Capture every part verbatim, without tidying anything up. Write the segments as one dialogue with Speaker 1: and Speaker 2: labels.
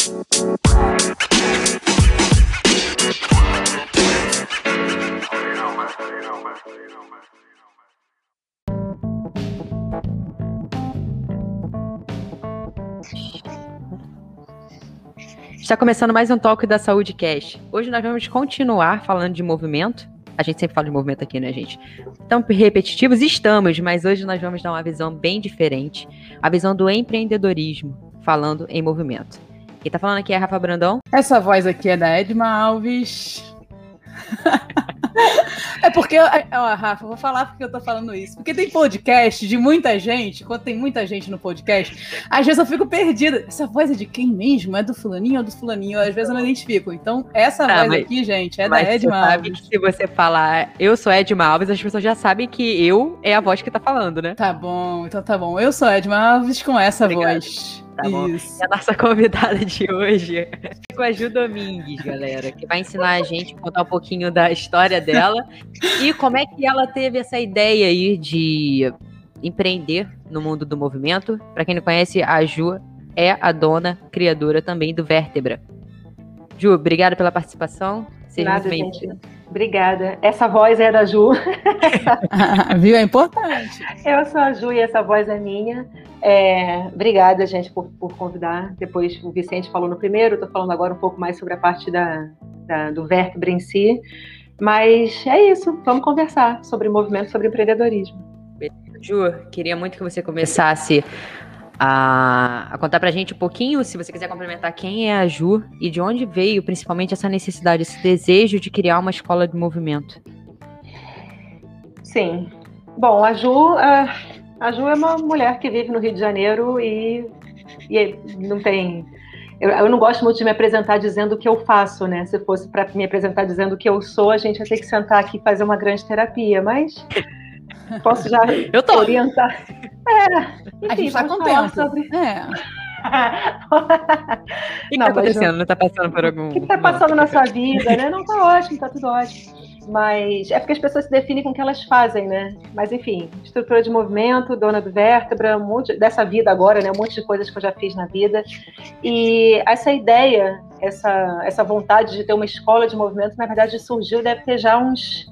Speaker 1: Está começando mais um Talk da Saúde Cast. Hoje nós vamos continuar falando de movimento. A gente sempre fala de movimento aqui, né, gente? Tão repetitivos, estamos, mas hoje nós vamos dar uma visão bem diferente. A visão do empreendedorismo, falando em movimento. Quem tá falando aqui é a Rafa Brandão.
Speaker 2: Essa voz aqui é da Edma Alves. É porque, ó, Rafa, eu vou falar porque eu tô falando isso. Porque tem podcast de muita gente, quando tem muita gente no podcast, às vezes eu fico perdida. Essa voz é de quem mesmo? É do fulaninho ou do fulaninho? Às vezes eu não identifico. Então, essa
Speaker 1: Tá,
Speaker 2: voz
Speaker 1: mas,
Speaker 2: aqui, gente, é
Speaker 1: mas
Speaker 2: da Edma
Speaker 1: você sabe
Speaker 2: Alves.
Speaker 1: que se você falar eu sou Edma Alves, as pessoas já sabem que eu é a voz que tá falando, né?
Speaker 2: Tá bom, então tá bom. Eu sou Edma Alves com essa
Speaker 1: Obrigada.
Speaker 2: voz.
Speaker 1: Tá bom.
Speaker 2: Isso.
Speaker 1: E a nossa convidada de hoje é a Ju Domingues, galera, que vai ensinar a gente a contar um pouquinho da história dela e como é que ela teve essa ideia aí de empreender no mundo do movimento. Para quem não conhece, a Ju é a dona, criadora também do Vértebra. Ju, obrigada pela participação. Seja
Speaker 3: Nada,
Speaker 1: muito
Speaker 3: gente. Obrigada. Essa voz é da Ju.
Speaker 2: Viu? É importante.
Speaker 3: Eu sou a Ju e essa voz é minha. É, obrigada, gente, por, por convidar. Depois o Vicente falou no primeiro, estou falando agora um pouco mais sobre a parte da, da, do Vértebra em si. Mas é isso, vamos conversar sobre movimento, sobre empreendedorismo.
Speaker 1: Ju, queria muito que você começasse a, a contar pra gente um pouquinho, se você quiser complementar, quem é a Ju e de onde veio principalmente essa necessidade, esse desejo de criar uma escola de movimento.
Speaker 3: Sim. Bom, a Ju... Uh... A Ju é uma mulher que vive no Rio de Janeiro e, e não tem... Eu, eu não gosto muito de me apresentar dizendo o que eu faço, né? Se fosse para me apresentar dizendo o que eu sou, a gente ia ter que sentar aqui e fazer uma grande terapia, mas posso já
Speaker 1: eu tô.
Speaker 3: orientar. É, enfim,
Speaker 2: a gente tá com
Speaker 3: falar
Speaker 2: tempo.
Speaker 3: sobre...
Speaker 2: É.
Speaker 1: O que, não, que tá acontecendo? Não, não tá passando por algum...
Speaker 3: O que, que tá passando não, na sua vida, né? Não, tá ótimo, tá tudo ótimo. Mas é porque as pessoas se definem com o que elas fazem, né? Mas enfim, estrutura de movimento, dona do Vértebra, um monte dessa vida agora, né? Um monte de coisas que eu já fiz na vida. E essa ideia, essa, essa vontade de ter uma escola de movimento, na verdade surgiu, deve ter já uns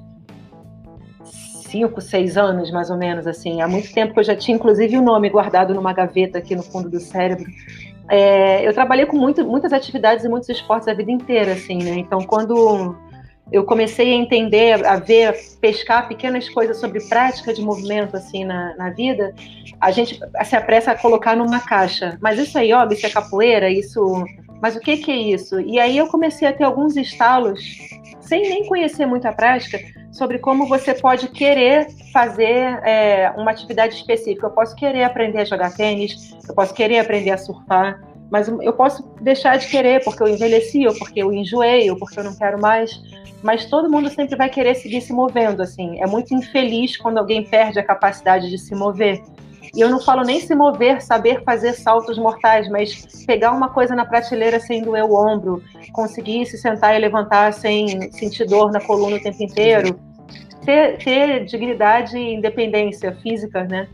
Speaker 3: cinco, seis anos, mais ou menos, assim. Há muito tempo que eu já tinha, inclusive, o nome guardado numa gaveta aqui no fundo do cérebro. É, eu trabalhei com muito, muitas atividades e muitos esportes a vida inteira, assim, né? Então, quando eu comecei a entender, a ver, a pescar pequenas coisas sobre prática de movimento, assim, na, na vida, a gente se apressa a colocar numa caixa. Mas isso é yoga, isso é capoeira, isso... Mas o que que é isso? E aí eu comecei a ter alguns estalos, sem nem conhecer muito a prática, sobre como você pode querer fazer é, uma atividade específica. Eu posso querer aprender a jogar tênis, eu posso querer aprender a surfar, mas eu posso deixar de querer porque eu envelheci, ou porque eu enjoei, ou porque eu não quero mais. Mas todo mundo sempre vai querer seguir se movendo, assim. É muito infeliz quando alguém perde a capacidade de se mover. E eu não falo nem se mover, saber fazer saltos mortais, mas pegar uma coisa na prateleira sem doer o ombro, conseguir se sentar e levantar sem sentir dor na coluna o tempo inteiro, ter, ter dignidade e independência física, né?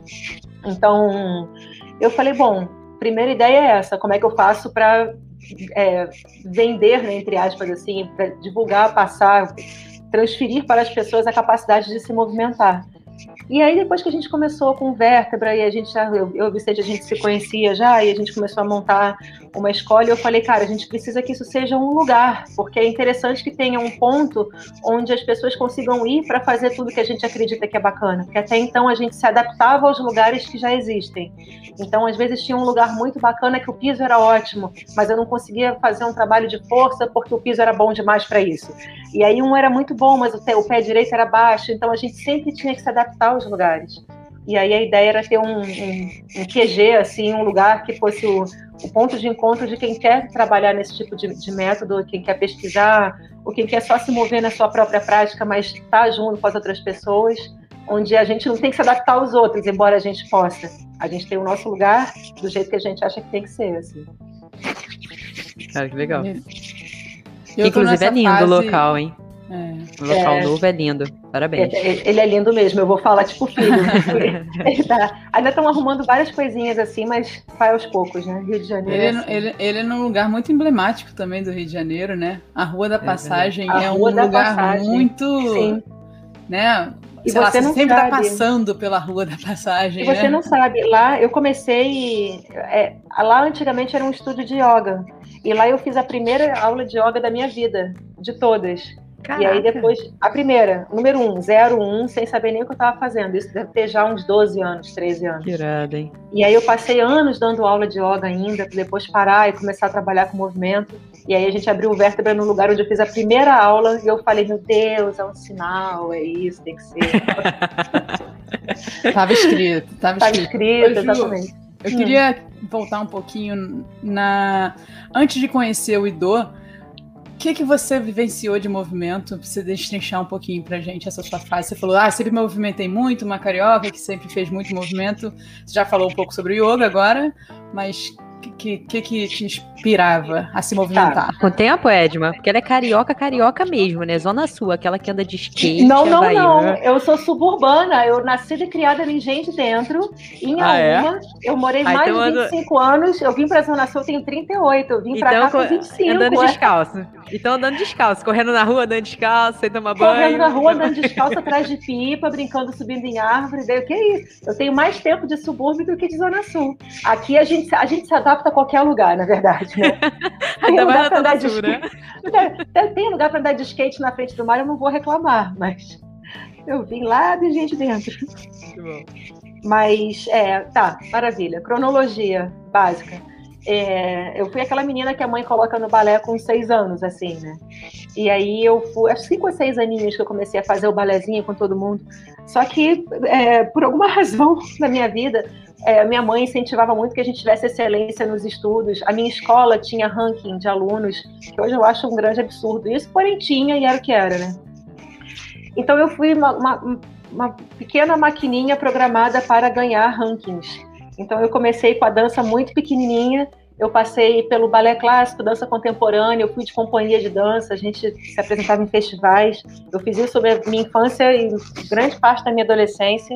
Speaker 3: Então, eu falei, bom, primeira ideia é essa, como é que eu faço para é, vender, né, entre aspas, assim, para divulgar, passar, transferir para as pessoas a capacidade de se movimentar. E aí, depois que a gente começou com Vértebra, e a gente já, eu e o Vicente, a gente se conhecia já, e a gente começou a montar uma escola, e eu falei, cara, a gente precisa que isso seja um lugar, porque é interessante que tenha um ponto onde as pessoas consigam ir para fazer tudo que a gente acredita que é bacana, porque até então a gente se adaptava aos lugares que já existem. Então, às vezes tinha um lugar muito bacana que o piso era ótimo, mas eu não conseguia fazer um trabalho de força porque o piso era bom demais para isso. E aí um era muito bom, mas o pé, o pé direito era baixo, então a gente sempre tinha que se adaptar aos lugares. E aí a ideia era ter um, um, um Q G, assim, um lugar que fosse o, o ponto de encontro de quem quer trabalhar nesse tipo de, de método, quem quer pesquisar, ou quem quer só se mover na sua própria prática, mas estar junto com as outras pessoas, onde a gente não tem que se adaptar aos outros, embora a gente possa. A gente tem o nosso lugar do jeito que a gente acha que tem que ser, assim.
Speaker 1: Cara, que legal.
Speaker 2: Eu
Speaker 1: Inclusive é lindo fase... o local, hein? É. O local é. novo é lindo. Parabéns.
Speaker 3: Ele, ele é lindo mesmo, eu vou falar tipo filho. ele tá, ainda estão arrumando várias coisinhas assim, mas vai aos poucos, né? Rio de Janeiro.
Speaker 2: Ele,
Speaker 3: é assim.
Speaker 2: ele, ele é num lugar muito emblemático também do Rio de Janeiro, né? A Rua da Passagem
Speaker 3: é,
Speaker 2: é um
Speaker 3: Rua da
Speaker 2: lugar
Speaker 3: Passagem.
Speaker 2: muito...
Speaker 3: Sim.
Speaker 2: Né?
Speaker 3: E
Speaker 2: Sei
Speaker 3: você
Speaker 2: lá,
Speaker 3: não
Speaker 2: sempre
Speaker 3: sabe.
Speaker 2: tá passando pela Rua da Passagem.
Speaker 3: E você
Speaker 2: né?
Speaker 3: não sabe, lá eu comecei. É, lá antigamente era um estúdio de yoga. E lá eu fiz a primeira aula de yoga da minha vida, de todas.
Speaker 1: Caraca.
Speaker 3: E aí depois, a primeira, número um, zero um, sem saber nem o que eu estava fazendo. Isso deve ter já uns doze anos, treze anos.
Speaker 1: Que irado, hein?
Speaker 3: E aí eu passei anos dando aula de yoga ainda, para depois parar e começar a trabalhar com movimento. E aí a gente abriu o Vértebra no lugar onde eu fiz a primeira aula e eu falei, meu Deus, é um sinal, é isso, tem que ser.
Speaker 2: Tava escrito, tava,
Speaker 3: Tava
Speaker 2: escrito.
Speaker 3: escrito,
Speaker 2: Ô, Ju,
Speaker 3: exatamente.
Speaker 2: Eu
Speaker 3: hum.
Speaker 2: queria voltar um pouquinho na... Antes de conhecer o Idô, o que, que você vivenciou de movimento? Precisa destrinchar um pouquinho pra gente essa sua fase. Você falou, ah, sempre me movimentei muito, uma carioca que sempre fez muito movimento. Você já falou um pouco sobre o yoga agora, mas o que, que, que te inspirava a se movimentar?
Speaker 1: Com tempo, Edma? Porque ela é carioca, carioca mesmo, né? Zona Sul, aquela que anda de skate.
Speaker 3: Não, não,
Speaker 1: Havaiana.
Speaker 3: não. Eu sou suburbana. Eu nasci e criada em Gente Dentro, em
Speaker 1: Ah,
Speaker 3: Auma.
Speaker 1: é?
Speaker 3: Eu morei
Speaker 1: Ah,
Speaker 3: mais
Speaker 1: então
Speaker 3: de vinte e cinco
Speaker 1: ando...
Speaker 3: anos. Eu vim pra Zona Sul, eu tenho trinta e oito. Eu vim pra
Speaker 1: então,
Speaker 3: cá com vinte e cinco.
Speaker 1: Andando
Speaker 3: é.
Speaker 1: descalço. Então andando descalço. Correndo na rua, andando descalço, sem tomar banho.
Speaker 3: Correndo na rua, andando descalço atrás de pipa, brincando, subindo em árvore. Daí, o que é isso? Eu tenho mais tempo de subúrbio do que de Zona Sul. Aqui a gente, a gente se adapta a qualquer lugar, na verdade, né?
Speaker 1: Ainda mais na Zona Sul, né?
Speaker 3: Tem lugar para andar de skate na frente do mar, eu não vou reclamar, mas eu vim lá de Gente Dentro.
Speaker 1: Muito bom.
Speaker 3: Mas, é, tá, maravilha. Cronologia básica. É, eu fui aquela menina que a mãe coloca no balé com seis anos, assim, né? E aí eu fui, acho cinco ou seis aninhos que eu comecei a fazer o balézinho com todo mundo. Só que, é, por alguma razão na minha vida, é, minha mãe incentivava muito que a gente tivesse excelência nos estudos. A minha escola tinha ranking de alunos, que hoje eu acho um grande absurdo. Isso, porém, tinha e era o que era, né? Então eu fui uma, uma, uma pequena maquininha programada para ganhar rankings. Então eu comecei com a dança muito pequenininha, eu passei pelo balé clássico, dança contemporânea, eu fui de companhia de dança, a gente se apresentava em festivais, eu fiz isso sobre a minha infância e grande parte da minha adolescência,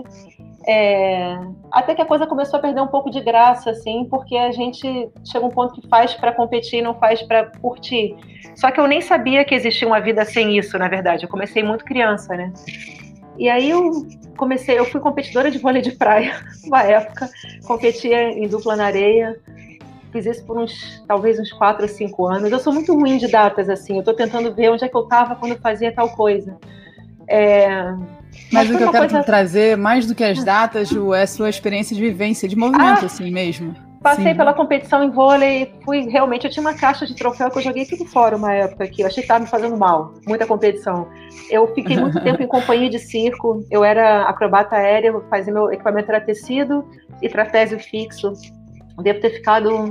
Speaker 3: é... até que a coisa começou a perder um pouco de graça, assim, porque a gente chega a um ponto que faz para competir e não faz para curtir. Só que eu nem sabia que existia uma vida sem isso, na verdade, eu comecei muito criança, né? E aí eu comecei, eu fui competidora de vôlei de praia, numa época, competia em dupla na areia, fiz isso por uns, talvez uns quatro ou cinco anos. Eu sou muito ruim de datas, assim, eu tô tentando ver onde é que eu tava quando eu fazia tal coisa. É...
Speaker 2: Mas, Mas o que eu quero
Speaker 3: coisa...
Speaker 2: trazer, mais do que as datas, Ju, é a sua experiência de vivência, de movimento,
Speaker 3: ah,
Speaker 2: assim mesmo.
Speaker 3: Passei
Speaker 2: Sim.
Speaker 3: pela competição em vôlei, fui realmente, eu tinha uma caixa de troféu que eu joguei tudo fora uma época aqui, eu achei que estava me fazendo mal, muita competição. Eu fiquei muito tempo em companhia de circo, eu era acrobata aérea, fazia meu equipamento era tecido e trapézio fixo. Devo ter ficado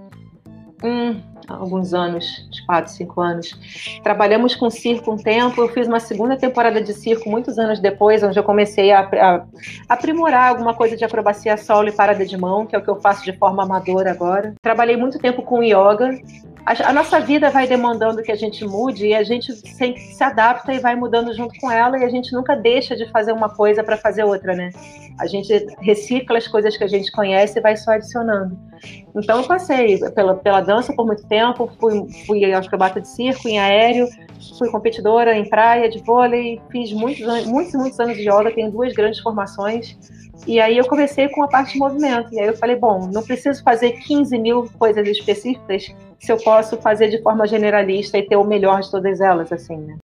Speaker 3: hum, alguns anos, uns quatro, cinco anos. Trabalhamos com circo um tempo, eu fiz uma segunda temporada de circo muitos anos depois, onde eu comecei a, a aprimorar alguma coisa de acrobacia solo e parada de mão, que é o que eu faço de forma amadora agora. Trabalhei muito tempo com yoga. A, a nossa vida vai demandando que a gente mude e a gente sempre se adapta e vai mudando junto com ela e a gente nunca deixa de fazer uma coisa para fazer outra, né? A gente recicla as coisas que a gente conhece e vai só adicionando. Então eu passei pela, pela dança por muito tempo, fui, fui acrobata de circo, em aéreo, fui competidora em praia, de vôlei, fiz muitos, muitos, muitos anos de yoga, tenho duas grandes formações, e aí eu comecei com a parte de movimento, e aí eu falei, bom, não preciso fazer quinze mil coisas específicas se eu posso fazer de forma generalista e ter o melhor de todas elas, assim, né?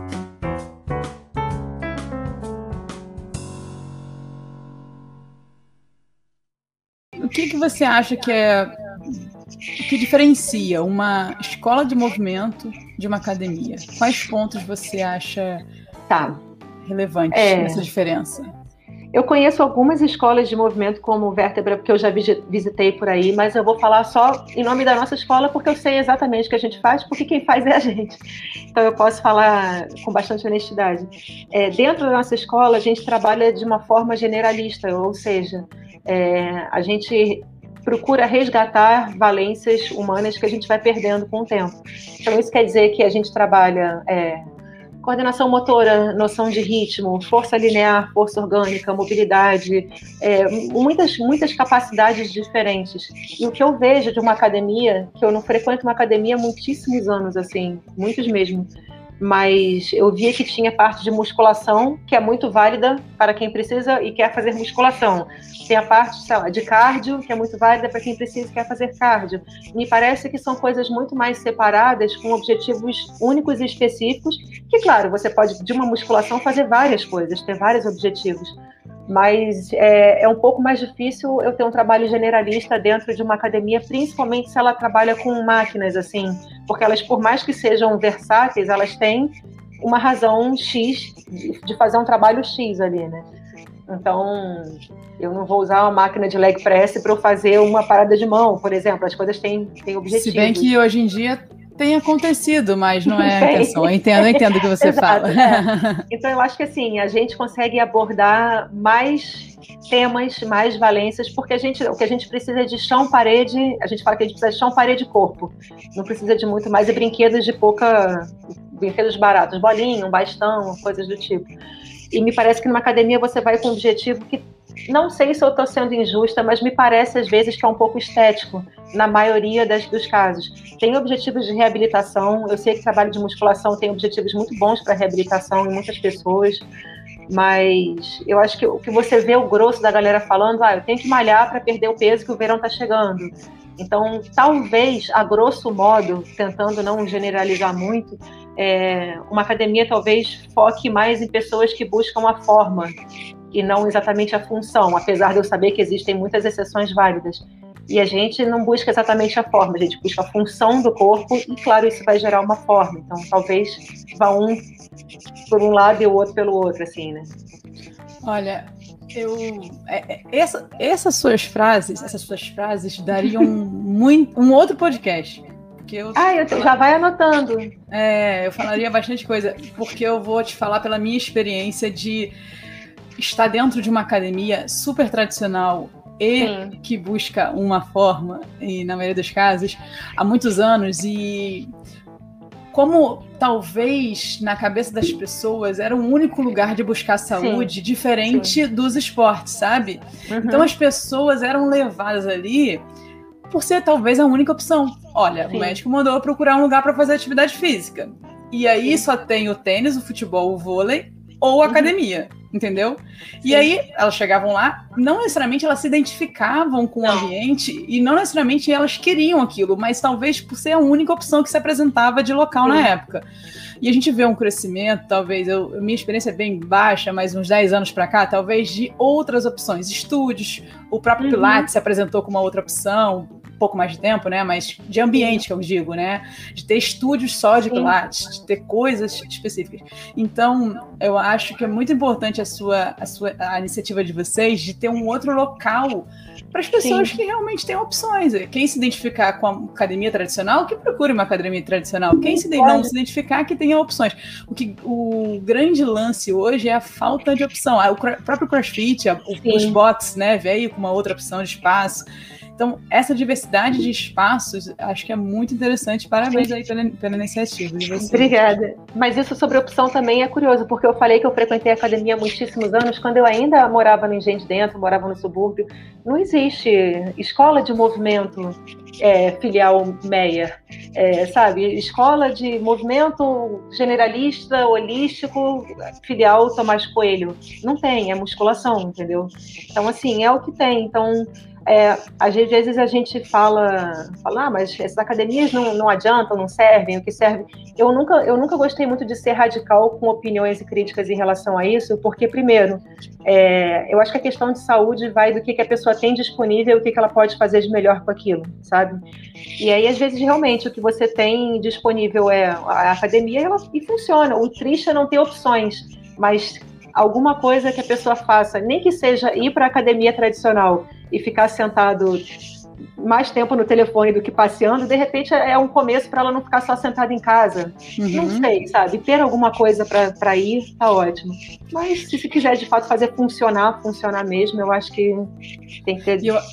Speaker 2: O que, que você acha que é que diferencia uma escola de movimento de uma academia? Quais pontos você acha
Speaker 3: tá.
Speaker 2: relevantes
Speaker 3: é...
Speaker 2: nessa diferença?
Speaker 3: Eu conheço algumas escolas de movimento como Vértebra, porque eu já visitei por aí, mas eu vou falar só em nome da nossa escola, porque eu sei exatamente o que a gente faz, porque quem faz é a gente. Então eu posso falar com bastante honestidade. É, dentro da nossa escola, a gente trabalha de uma forma generalista, ou seja, é, a gente procura resgatar valências humanas que a gente vai perdendo com o tempo. Então isso quer dizer que a gente trabalha... É, coordenação motora, noção de ritmo, força linear, força orgânica, mobilidade, é, muitas, muitas capacidades diferentes. E o que eu vejo de uma academia, que eu não frequento uma academia há muitíssimos anos, assim, muitos mesmo, mas eu via que tinha parte de musculação, que é muito válida para quem precisa e quer fazer musculação. Tem a parte, sei lá, de cardio, que é muito válida para quem precisa e quer fazer cardio. Me parece que são coisas muito mais separadas, com objetivos únicos e específicos, que, claro, você pode, de uma musculação, fazer várias coisas, ter vários objetivos. Mas é, é um pouco mais difícil eu ter um trabalho generalista dentro de uma academia, principalmente se ela trabalha com máquinas, assim, porque elas, por mais que sejam versáteis, elas têm uma razão X de, de fazer um trabalho X ali, né? Então, eu não vou usar uma máquina de leg press para eu fazer uma parada de mão, por exemplo. As coisas têm, têm objetivos.
Speaker 2: Se bem que hoje em dia tem acontecido, mas não é a intenção. Eu entendo, eu entendo o que você
Speaker 3: Exato,
Speaker 2: fala.
Speaker 3: É. Então, eu acho que assim, a gente consegue abordar mais temas, mais valências, porque a gente, o que a gente precisa é de chão, parede, a gente fala que a gente precisa de chão, parede e corpo. Não precisa de muito mais, e brinquedos de pouca, brinquedos baratos, bolinha, um bastão, coisas do tipo. E me parece que numa academia você vai com um objetivo que, não sei se eu estou sendo injusta, mas me parece às vezes que é um pouco estético, na maioria das, dos casos. Tem objetivos de reabilitação, eu sei que trabalho de musculação tem objetivos muito bons para reabilitação em muitas pessoas, mas eu acho que o que você vê o grosso da galera falando, ah, eu tenho que malhar para perder o peso que o verão está chegando. Então, talvez, a grosso modo, tentando não generalizar muito, é, uma academia talvez foque mais em pessoas que buscam a forma e não exatamente a função, apesar de eu saber que existem muitas exceções válidas. E a gente não busca exatamente a forma, a gente busca a função do corpo e, claro, isso vai gerar uma forma. Então, talvez vá um por um lado e o outro pelo outro, assim, né?
Speaker 2: Olha, eu... Essa, essas suas frases, essas suas frases dariam muito, um outro podcast. Porque eu,
Speaker 3: ah, eu, já vai anotando.
Speaker 2: É, eu falaria bastante coisa, porque eu vou te falar pela minha experiência de estar dentro de uma academia super tradicional e Sim. que busca uma forma, e na maioria dos casos, há muitos anos, e como talvez na cabeça das pessoas era um único lugar de buscar saúde, Sim. diferente Sim. dos esportes, sabe? Uhum. Então as pessoas eram levadas ali por ser talvez a única opção. Olha, Sim. o médico mandou procurar um lugar para fazer atividade física. E aí Sim. só tem o tênis, o futebol, o vôlei ou a uhum. academia, entendeu? Sim. E aí elas chegavam lá, não necessariamente elas se identificavam com não. o ambiente e não necessariamente elas queriam aquilo, mas talvez por ser a única opção que se apresentava de local Sim. na época. E a gente vê um crescimento, talvez, eu, minha experiência é bem baixa, mas uns dez anos para cá, talvez de outras opções, estúdios, o próprio uhum. Pilates se apresentou como uma outra opção, um pouco mais de tempo, né, mas de ambiente, que eu digo, né, de ter estúdios só de Pilates, de ter coisas específicas. Então, eu acho que é muito importante a sua, a sua a iniciativa de vocês de ter um outro local para as pessoas Sim. que realmente têm opções. Quem se identificar com a academia tradicional, que procure uma academia tradicional. Quem se não se identificar, que tenha opções. O, que, o grande lance hoje é a falta de opção. O próprio CrossFit, os bots, né, veio com uma outra opção de espaço. Então, essa diversidade de espaços, acho que é muito interessante. Parabéns aí pela, pela iniciativa de vocês.
Speaker 3: Obrigada. Mas isso sobre opção também é curioso, porque eu falei que eu frequentei a academia há muitíssimos anos, quando eu ainda morava no Engenho de Dentro, morava no subúrbio. Não existe escola de movimento é, filial Meyer, é, sabe? Escola de movimento generalista, holístico, filial Tomás Coelho. Não tem, é musculação, entendeu? Então, assim, é o que tem. Então... É, às vezes a gente fala, fala ah, mas essas academias não, não adiantam, não servem, o que serve... Eu nunca, eu nunca gostei muito de ser radical com opiniões e críticas em relação a isso, porque, primeiro, é, eu acho que a questão de saúde vai do que, que a pessoa tem disponível e o que, que ela pode fazer de melhor com aquilo, sabe? E aí, às vezes, realmente, o que você tem disponível é a academia ela, e funciona. O triste é não ter opções, mas... alguma coisa que a pessoa faça, nem que seja ir para a academia tradicional e ficar sentado mais tempo no telefone do que passeando, de repente é um começo para ela não ficar só sentada em casa. Uhum. Não sei, sabe? Ter alguma coisa para ir, tá ótimo. Mas se você quiser, de fato, fazer funcionar, funcionar mesmo, eu acho que tem que ter...
Speaker 2: Eu,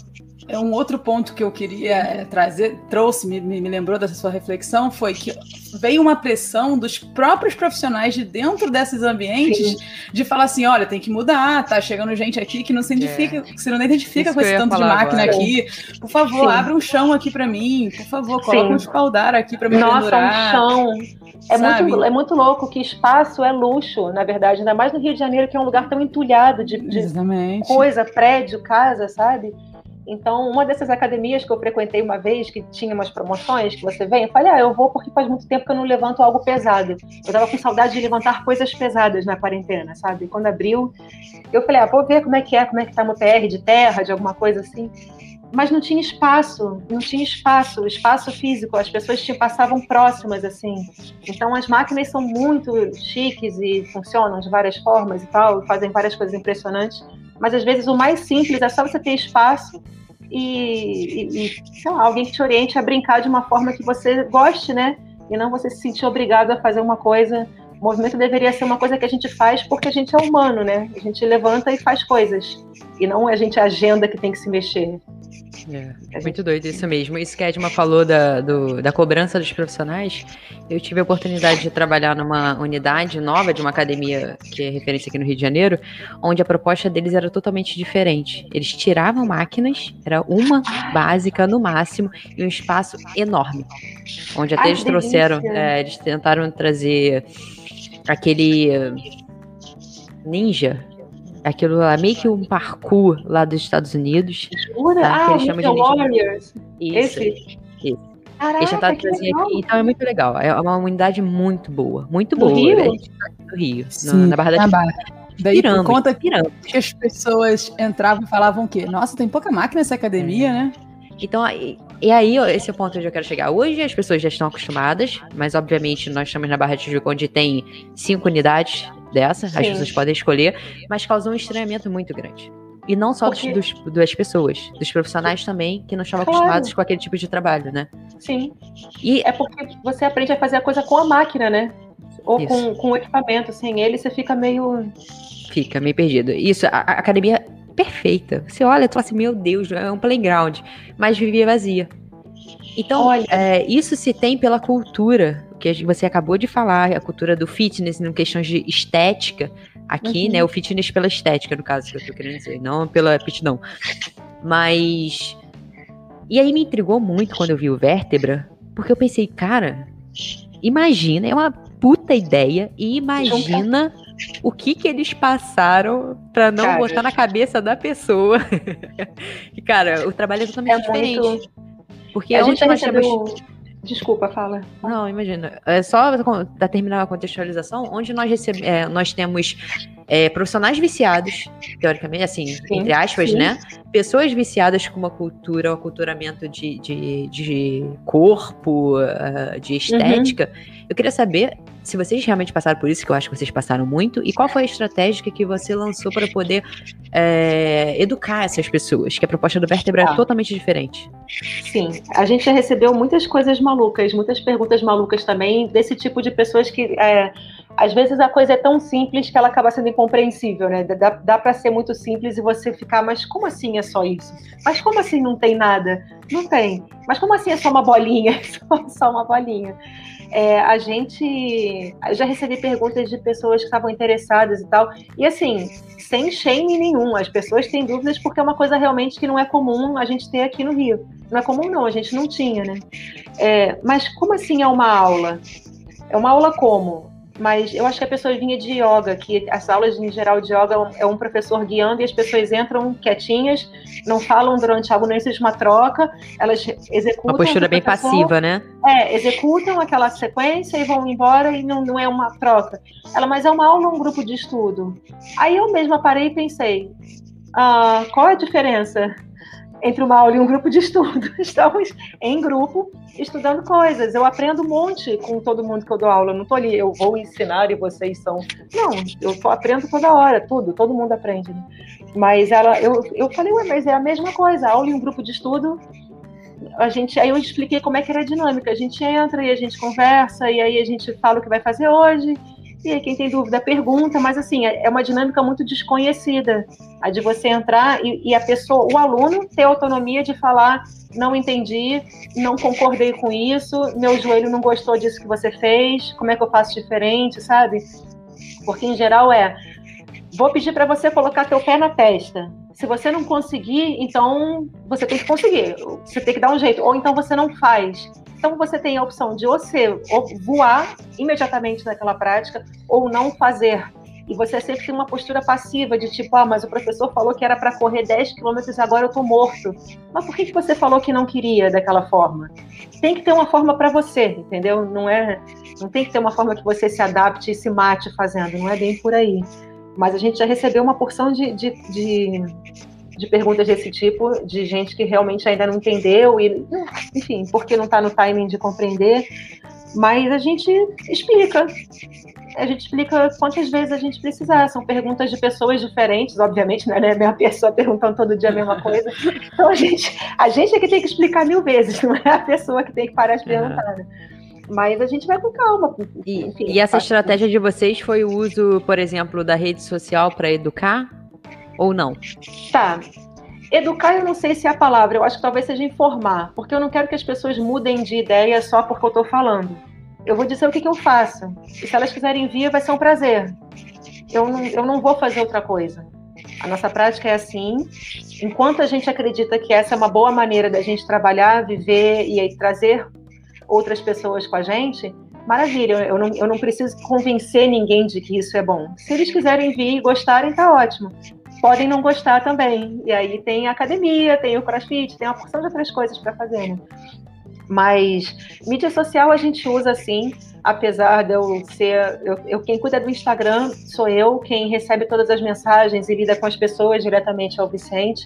Speaker 2: É um outro ponto que eu queria é, trazer, trouxe, me, me lembrou dessa sua reflexão, foi que veio uma pressão dos próprios profissionais de dentro desses ambientes Sim. de falar assim, olha, tem que mudar, tá chegando gente aqui que não se identifica, é. que você não identifica Isso com esse tanto de máquina agora. aqui. Por favor, Sim. abre um chão aqui para mim, por favor, coloca Sim. um espaldar aqui para me
Speaker 3: Nossa,
Speaker 2: pendurar.
Speaker 3: um chão. É muito, é muito louco que espaço é luxo, na verdade, ainda mais no Rio de Janeiro, que é um lugar tão entulhado de, de coisa, prédio, casa, sabe? Então, uma dessas academias que eu frequentei uma vez, que tinha umas promoções, que você vem, eu falei, ah, eu vou porque faz muito tempo que eu não levanto algo pesado. Eu tava com saudade de levantar coisas pesadas na quarentena, sabe? Quando abriu, eu falei, ah, vou ver como é que é, como é que tá no P R de terra, de alguma coisa assim. Mas não tinha espaço, não tinha espaço, espaço físico, as pessoas te passavam próximas, assim. Então, as máquinas são muito chiques e funcionam de várias formas e tal, fazem várias coisas impressionantes, mas às vezes o mais simples é só você ter espaço e, e, e sei lá, alguém que te oriente a brincar de uma forma que você goste, né? E não você se sentir obrigado a fazer uma coisa. O movimento deveria ser uma coisa que a gente faz porque a gente é humano, né? A gente levanta e faz coisas. E não a gente agenda que tem que se mexer.
Speaker 1: É, muito doido isso mesmo. Isso que a Edma falou da, do, da cobrança dos profissionais. Eu tive a oportunidade de trabalhar numa unidade nova de uma academia que é referência aqui no Rio de Janeiro, onde a proposta deles era totalmente diferente. Eles tiravam máquinas, era uma básica no máximo, e um espaço enorme. Onde até Ai, eles trouxeram, é, eles tentaram trazer aquele ninja, aquilo lá, meio que um parkour lá dos Estados Unidos.
Speaker 3: Tá? Ah, que eles chamam de Warriors.
Speaker 1: Isso,
Speaker 3: Esse.
Speaker 1: isso. Caraca, eles tentaram trazer aqui, então é muito legal. É uma unidade muito boa, muito
Speaker 3: no
Speaker 1: boa.
Speaker 3: Rio?
Speaker 1: É, no Rio, Sim, no, na Barra da
Speaker 2: Barra. Daí,
Speaker 1: pirâmide,
Speaker 2: por conta
Speaker 1: pirâmide.
Speaker 2: que as pessoas entravam e falavam o quê? Nossa, tem pouca máquina nessa academia, é. né?
Speaker 1: Então, e, e aí, esse é o ponto onde eu quero chegar. Hoje as pessoas já estão acostumadas, mas obviamente nós estamos na Barra de Tijuca, onde tem cinco unidades dessa, Sim. as pessoas podem escolher, mas causou um estranhamento muito grande. E não só dos, dos, das pessoas, dos profissionais também, que não estavam claro. acostumados com aquele tipo de trabalho, né?
Speaker 3: Sim. E é porque você aprende a fazer a coisa com a máquina, né? Ou com, com o equipamento. Sem ele, você fica meio...
Speaker 1: Fica meio perdido. Isso, a, a academia... perfeita. Você olha e fala assim, meu Deus, é um playground, mas vivia vazia. Então, é, isso se tem pela cultura, que você acabou de falar, a cultura do fitness, em questões de estética, aqui, uhum. né, o fitness pela estética, no caso, que eu tô querendo dizer, não pela aptidão. Mas, e aí me intrigou muito quando eu vi o Vértebra, porque eu pensei, cara, imagina, é uma puta ideia, e imagina... o que que eles passaram pra não cara, botar na cabeça da pessoa. E, cara, o trabalho é totalmente é diferente. Muito...
Speaker 3: Porque a gente nós recebeu... temos... Desculpa, fala.
Speaker 1: Não, imagina. É só para terminar a contextualização, onde nós, recebe... é, nós temos é, profissionais viciados, teoricamente, assim, sim, entre aspas, sim. né? Pessoas viciadas com uma cultura, um aculturamento de, de, de corpo, de estética. Uhum. Eu queria saber se vocês realmente passaram por isso, que eu acho que vocês passaram muito, e qual foi a estratégia que você lançou para poder é, educar essas pessoas, que a proposta do Vértebra ah. é totalmente diferente.
Speaker 3: Sim, a gente já recebeu muitas coisas malucas, muitas perguntas malucas também, desse tipo de pessoas que, é, às vezes a coisa é tão simples que ela acaba sendo incompreensível, né? Dá, dá para ser muito simples e você ficar, mas como assim é só isso? Mas como assim não tem nada? Não tem. Mas como assim é só uma bolinha? Só, só uma bolinha. É, a gente eu já recebi perguntas de pessoas que estavam interessadas e tal, e assim, sem shame nenhum, as pessoas têm dúvidas porque é uma coisa realmente que não é comum a gente ter aqui no Rio. Não é comum não, a gente não tinha, né? É, mas como assim é uma aula? É uma aula como? Mas eu acho que a pessoa vinha de yoga, que as aulas em geral de yoga é um professor guiando e as pessoas entram quietinhas, não falam durante algo, não existe uma troca, elas executam...
Speaker 1: Uma postura bem passiva, né?
Speaker 3: É, executam aquela sequência e vão embora e não, não é uma troca. Ela, mas é uma aula ou um grupo de estudo? Aí eu mesma parei e pensei, ah, qual é a diferença entre uma aula e um grupo de estudo? Estamos em grupo estudando coisas. Eu aprendo um monte com todo mundo que eu dou aula. Eu não estou ali, eu vou ensinar e vocês são... Não, eu tô, aprendo toda hora, tudo. Todo mundo aprende. Né? Mas ela, eu, eu falei, ué, mas é a mesma coisa. Aula e um grupo de estudo, a gente, aí eu expliquei como é que era a dinâmica. A gente entra e a gente conversa, e aí a gente fala o que vai fazer hoje, E aí quem tem dúvida pergunta, mas assim, é uma dinâmica muito desconhecida, a de você entrar e, e a pessoa, o aluno ter autonomia de falar, não entendi, não concordei com isso, meu joelho não gostou disso que você fez, como é que eu faço diferente, sabe? Porque em geral é, vou pedir para você colocar teu pé na testa. Se você não conseguir, então você tem que conseguir, você tem que dar um jeito, ou então você não faz. Então você tem a opção de ou, ser, ou voar imediatamente naquela prática, ou não fazer. E você sempre tem uma postura passiva de tipo, ah, mas o professor falou que era para correr dez quilômetros e agora eu tô morto. Mas por que que você falou que não queria daquela forma? Tem que ter uma forma para você, entendeu? Não é, não tem que ter uma forma que você se adapte e se mate fazendo, não é bem por aí. Mas a gente já recebeu uma porção de, de, de, de perguntas desse tipo, de gente que realmente ainda não entendeu, e, enfim, porque não está no timing de compreender. Mas a gente explica. A gente explica quantas vezes a gente precisar. São perguntas de pessoas diferentes, obviamente, não é a mesma pessoa perguntando todo dia a mesma coisa. Então a gente, a gente é que tem que explicar mil vezes, não é a pessoa que tem que parar de perguntar, né? Mas a gente vai com calma.
Speaker 1: E,
Speaker 3: enfim,
Speaker 1: e essa estratégia de vocês foi o uso, por exemplo, da rede social para educar? Ou não?
Speaker 3: Tá. Educar, eu não sei se é a palavra. Eu acho que talvez seja informar. Porque eu não quero que as pessoas mudem de ideia só porque eu estou falando. Eu vou dizer o que, que eu faço. E se elas quiserem vir, vai ser um prazer. Eu não, eu não vou fazer outra coisa. A nossa prática é assim. Enquanto a gente acredita que essa é uma boa maneira da gente trabalhar, viver e aí trazer outras pessoas com a gente, maravilha, eu não, eu não preciso convencer ninguém de que isso é bom. Se eles quiserem vir e gostarem, tá ótimo. Podem não gostar também. E aí tem a academia, tem o crossfit, tem uma porção de outras coisas para fazer, né? Mas mídia social a gente usa assim, apesar de eu ser... Eu, eu, quem cuida do Instagram sou eu, quem recebe todas as mensagens e lida com as pessoas diretamente é o Vicente.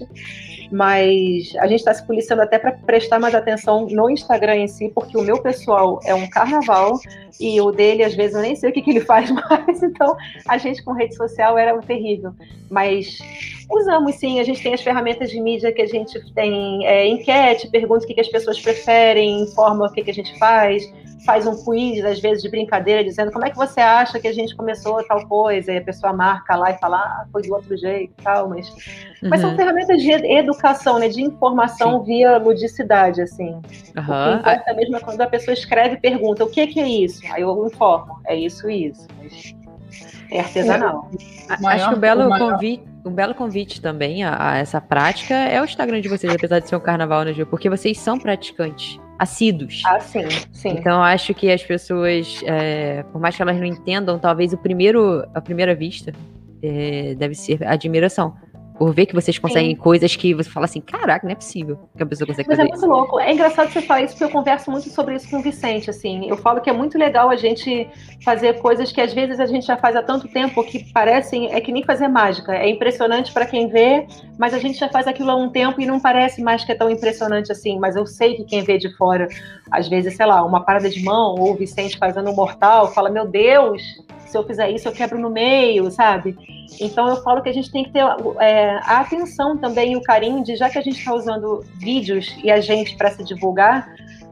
Speaker 3: Mas a gente está se policiando até para prestar mais atenção no Instagram em si, porque o meu pessoal é um carnaval e o dele, às vezes, eu nem sei o que, que ele faz mais, então a gente com rede social era terrível. Mas usamos sim, a gente tem as ferramentas de mídia que a gente tem é, enquete, pergunta o que, que as pessoas preferem, informa o que, que a gente faz, faz um quiz, às vezes de brincadeira, dizendo como é que você acha que a gente começou tal coisa, e a pessoa marca lá e fala, ah, foi do outro jeito e tal, mas, uhum. mas são ferramentas de educação, né, de informação Sim. via ludicidade, assim. Uhum. O que importa mesmo é quando a pessoa escreve e pergunta, o que, que é isso? Aí eu informo, é isso e isso. Mas é artesanal.
Speaker 1: É. Maior, Acho que o belo, o convite, um belo convite também a, a essa prática é o Instagram de vocês, apesar de ser um carnaval, né, Gil? Porque vocês são praticantes. Assíduos.
Speaker 3: Ah, sim, sim.
Speaker 1: Então, acho que as pessoas, é, por mais que elas não entendam, talvez o primeiro, a primeira vista é, deve ser admiração. Por ver que vocês conseguem Sim. coisas que você fala assim, caraca, não é possível que a pessoa consegue
Speaker 3: Mas
Speaker 1: fazer
Speaker 3: é muito
Speaker 1: isso.
Speaker 3: louco. É engraçado você falar isso, porque eu converso muito sobre isso com o Vicente, assim. Eu falo que é muito legal a gente fazer coisas que às vezes a gente já faz há tanto tempo que parecem, é que nem fazer mágica. É impressionante para quem vê, mas a gente já faz aquilo há um tempo e não parece mais que é tão impressionante assim. Mas eu sei que quem vê de fora, às vezes, sei lá, uma parada de mão, ou o Vicente fazendo um mortal, fala, meu Deus, se eu fizer isso eu quebro no meio, sabe? Então eu falo que a gente tem que ter é, a atenção também e o carinho de, já que a gente está usando vídeos e a gente para se divulgar,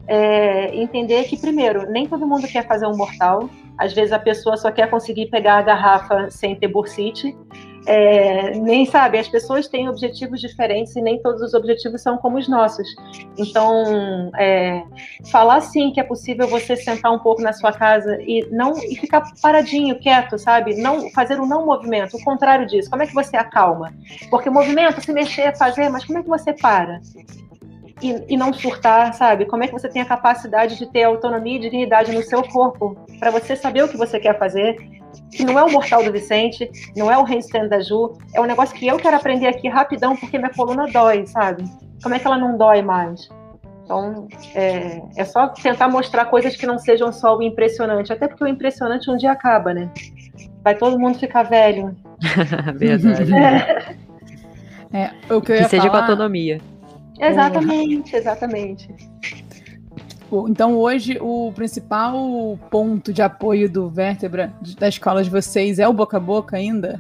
Speaker 3: é, entender que, primeiro, nem todo mundo quer fazer um mortal. Às vezes a pessoa só quer conseguir pegar a garrafa sem ter bursite. É, nem sabe, as pessoas têm objetivos diferentes e nem todos os objetivos são como os nossos. Então, é, falar sim que é possível você sentar um pouco na sua casa e não e ficar paradinho, quieto, sabe? Não fazer um não movimento, o contrário disso. Como é que você acalma? Porque movimento, se mexer, fazer, mas como é que você para? E, e não surtar, sabe? Como é que você tem a capacidade de ter autonomia e dignidade no seu corpo para você saber o que você quer fazer? Que não é o mortal do Vicente, não é o handstand da Ju, é um negócio que eu quero aprender aqui rapidão porque minha coluna dói, sabe? Como é que ela não dói mais? Então, é, é só tentar mostrar coisas que não sejam só o impressionante, até porque o impressionante um dia acaba, né? Vai todo mundo ficar velho.
Speaker 1: Verdade.
Speaker 2: É. É, o que eu ia
Speaker 1: que seja
Speaker 2: falar...
Speaker 1: com autonomia.
Speaker 3: Exatamente, exatamente.
Speaker 2: Então hoje o principal ponto de apoio do Vértebra, da escola de vocês, é o boca a boca ainda?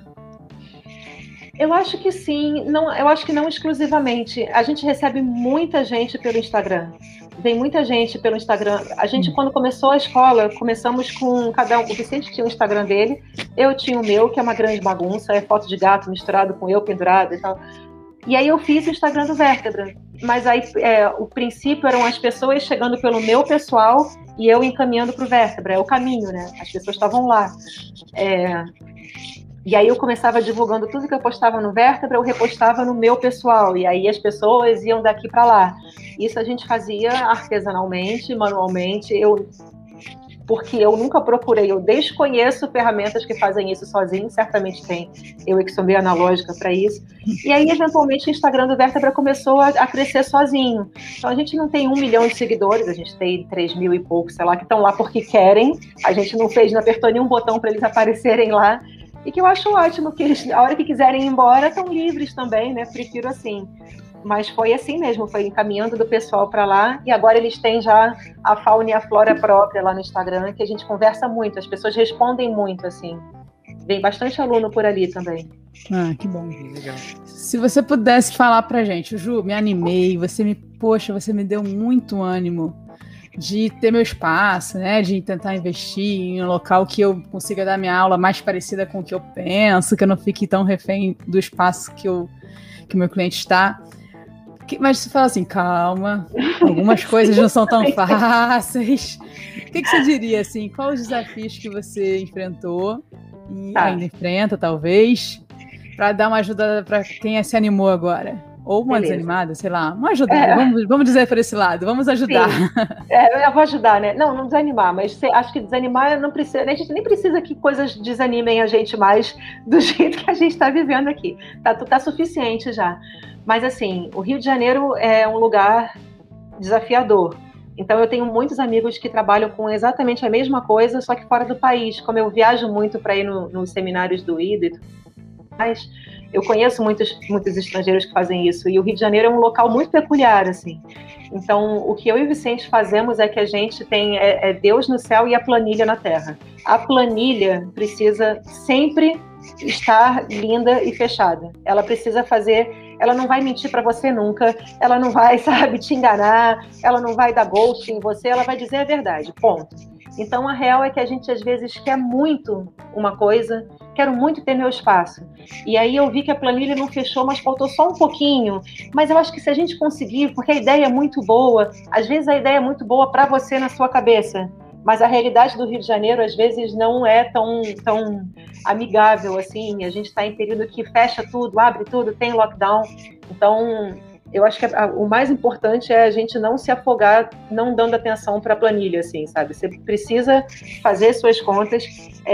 Speaker 3: Eu acho que sim, não, eu acho que não exclusivamente. A gente recebe muita gente pelo Instagram. vem muita gente pelo Instagram. A gente, quando começou a escola, começamos com cada um. O Vicente tinha o Instagram dele, eu tinha o meu, que é uma grande bagunça, é foto de gato misturado com eu pendurado e tal. E aí eu fiz o Instagram do Vértebra. Mas aí é, o princípio eram as pessoas chegando pelo meu pessoal e eu encaminhando para o Vértebra. É o caminho, né? As pessoas estavam lá. É... E aí eu começava divulgando tudo que eu postava no Vértebra, eu repostava no meu pessoal. E aí as pessoas iam daqui para lá. Isso a gente fazia artesanalmente, manualmente. Eu... Porque eu nunca procurei, eu desconheço ferramentas que fazem isso sozinho, certamente tem, eu é que sou meio analógica para isso. E aí, eventualmente, o Instagram do Vértebra começou a, a crescer sozinho. Então, a gente não tem um milhão de seguidores, a gente tem três mil e pouco, sei lá, que estão lá porque querem. A gente não fez, não apertou nenhum botão para eles aparecerem lá. E que eu acho ótimo, que eles, a hora que quiserem ir embora, estão livres também, né? Prefiro assim. Mas foi assim mesmo, foi encaminhando do pessoal para lá, e agora eles têm já a fauna e a flora própria lá no Instagram, que a gente conversa muito, as pessoas respondem muito, assim. Vem bastante aluno por ali também.
Speaker 2: Ah, que bom. Legal. Se você pudesse falar pra gente, Ju, me animei, você me, poxa, você me deu muito ânimo de ter meu espaço, né, de tentar investir em um local que eu consiga dar minha aula mais parecida com o que eu penso, que eu não fique tão refém do espaço que o que o meu cliente está. Mas você fala assim, calma, algumas coisas não são tão fáceis. O que, que você diria, assim, quais os desafios que você enfrentou e tá. ainda enfrenta, talvez, para dar uma ajuda para quem se animou agora? Ou uma Beleza. desanimada, sei lá, uma ajuda, é. vamos, vamos dizer por esse lado, vamos ajudar.
Speaker 3: É, eu vou ajudar, né? Não, não desanimar, mas acho que desanimar não precisa, a gente nem precisa que coisas desanimem a gente mais do jeito que a gente está vivendo aqui. Tá, tá suficiente já. Mas assim, o Rio de Janeiro é um lugar desafiador. Então eu tenho muitos amigos que trabalham com exatamente a mesma coisa, só que fora do país. Como eu viajo muito para ir no, nos seminários do I D E, eu conheço muitos, muitos estrangeiros que fazem isso. E o Rio de Janeiro é um local muito peculiar, assim. Então, o que eu e o Vicente fazemos é que a gente tem é, é Deus no céu e a planilha na terra. A planilha precisa sempre estar linda e fechada. Ela precisa fazer... Ela não vai mentir para você nunca, ela não vai, sabe, te enganar, ela não vai dar ghost em você, ela vai dizer a verdade, ponto. Então, a real é que a gente, às vezes, quer muito uma coisa, quero muito ter meu espaço. E aí eu vi que a planilha não fechou, mas faltou só um pouquinho. Mas eu acho que se a gente conseguir, porque a ideia é muito boa, às vezes a ideia é muito boa para você na sua cabeça, mas a realidade do Rio de Janeiro, às vezes, não é tão, tão amigável, assim. A gente está em período que fecha tudo, abre tudo, tem lockdown. Então, eu acho que a, o mais importante é a gente não se afogar, não dando atenção para a planilha, assim, sabe? Você precisa fazer suas contas,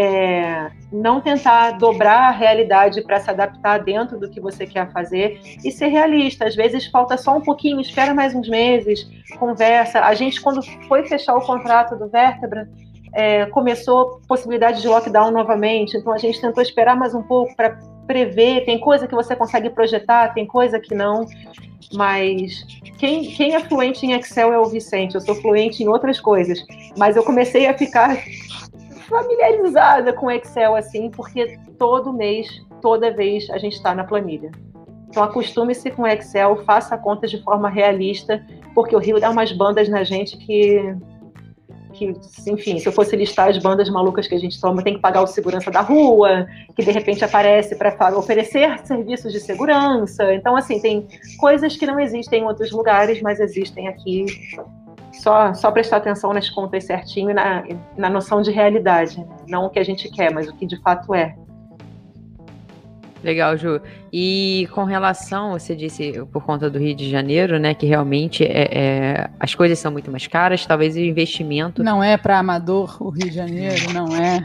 Speaker 3: é, não tentar dobrar a realidade para se adaptar dentro do que você quer fazer e ser realista. Às vezes falta só um pouquinho, espera mais uns meses, conversa. A gente, quando foi fechar o contrato do Vértebra, é, começou possibilidade de lockdown novamente, então a gente tentou esperar mais um pouco para prever. Tem coisa que você consegue projetar, tem coisa que não, mas quem, quem é fluente em Excel é o Vicente. Eu sou fluente em outras coisas, mas eu comecei a ficar familiarizada com Excel, assim, porque todo mês, toda vez a gente está na planilha. Então acostume-se com Excel, faça contas de forma realista, porque o Rio dá umas bandas na gente que... que, enfim, se eu fosse listar as bandas malucas que a gente toma, tem que pagar o segurança da rua, que de repente aparece para oferecer serviços de segurança. Então, assim, tem coisas que não existem em outros lugares, mas existem aqui. Só, só prestar atenção nas contas certinho e na, na noção de realidade. Não o que a gente quer, mas o que de fato é.
Speaker 1: Legal, Ju. E com relação, você disse por conta do Rio de Janeiro, né, que realmente é, é, as coisas são muito mais caras, talvez o investimento...
Speaker 2: Não é para amador o Rio de Janeiro, não é.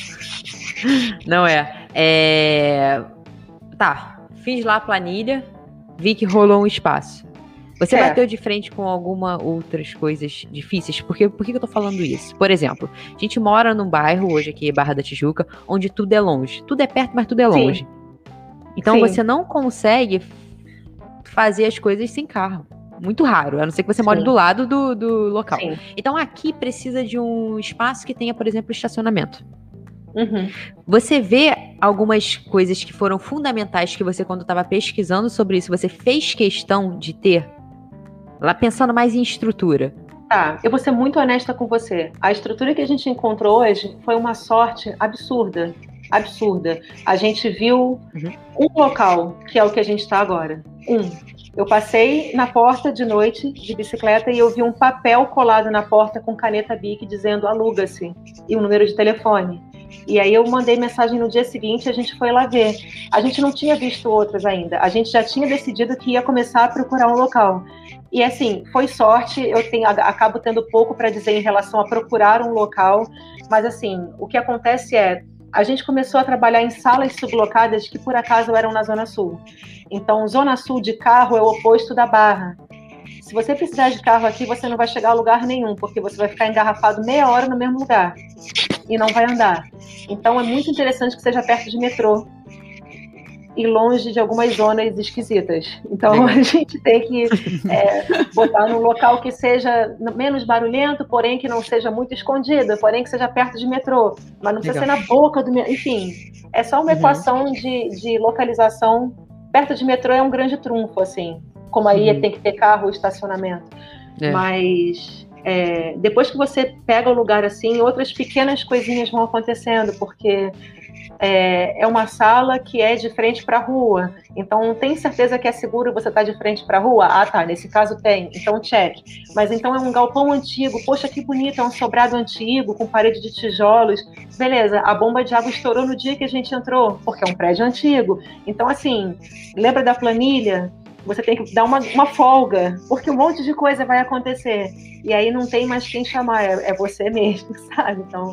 Speaker 1: Não é. é. Tá, fiz lá a planilha, vi que rolou um espaço. Você é. bateu de frente com alguma outras coisas difíceis? Porque, por que eu tô falando isso? Por exemplo, a gente mora num bairro, hoje aqui, Barra da Tijuca, onde tudo é longe. Tudo é perto, mas tudo é longe. Sim. Então Sim. você não consegue fazer as coisas sem carro. Muito raro, a não ser que você Sim. more do lado do, do local. Sim. Então aqui precisa de um espaço que tenha, por exemplo, estacionamento. Uhum. Você vê algumas coisas que foram fundamentais que você, quando estava pesquisando sobre isso, você fez questão de ter? Lá pensando mais em estrutura.
Speaker 3: Tá, eu vou ser muito honesta com você. A estrutura que a gente encontrou hoje foi uma sorte absurda. Absurda. A gente viu uhum. um local, que é o que a gente está agora. Um. Eu passei na porta de noite de bicicleta e eu vi um papel colado na porta com caneta Bic dizendo aluga-se e um número de telefone. E aí eu mandei mensagem no dia seguinte e a gente foi lá ver. A gente não tinha visto outras ainda. A gente já tinha decidido que ia começar a procurar um local. E assim, foi sorte, eu tenho, acabo tendo pouco para dizer em relação a procurar um local, mas assim, o que acontece é, a gente começou a trabalhar em salas sublocadas que por acaso eram na Zona Sul. Então, Zona Sul de carro é o oposto da Barra. Se você precisar de carro aqui, você não vai chegar a lugar nenhum, porque você vai ficar engarrafado meia hora no mesmo lugar e não vai andar. Então, é muito interessante que seja perto de metrô e longe de algumas zonas esquisitas. Então, Legal. a gente tem que é, botar num local que seja menos barulhento, porém que não seja muito escondido, porém que seja perto de metrô, mas não precisa Legal. ser na boca do metrô. Enfim, é só uma uhum. equação de, de localização. Perto de metrô é um grande trunfo, assim. Como aí uhum. tem que ter carro ou estacionamento. É. Mas é, depois que você pega o lugar assim, outras pequenas coisinhas vão acontecendo, porque é, é uma sala que é de frente para a rua. Então, tem certeza que é seguro você estar tá de frente para a rua? Ah, tá, nesse caso tem. Então, check. Mas então é um galpão antigo. Poxa, que bonito, é um sobrado antigo, com parede de tijolos. Beleza, a bomba de água estourou no dia que a gente entrou, porque é um prédio antigo. Então, assim, lembra da planilha? Você tem que dar uma, uma folga, porque um monte de coisa vai acontecer. E aí não tem mais quem chamar, é, é você mesmo, sabe? Então...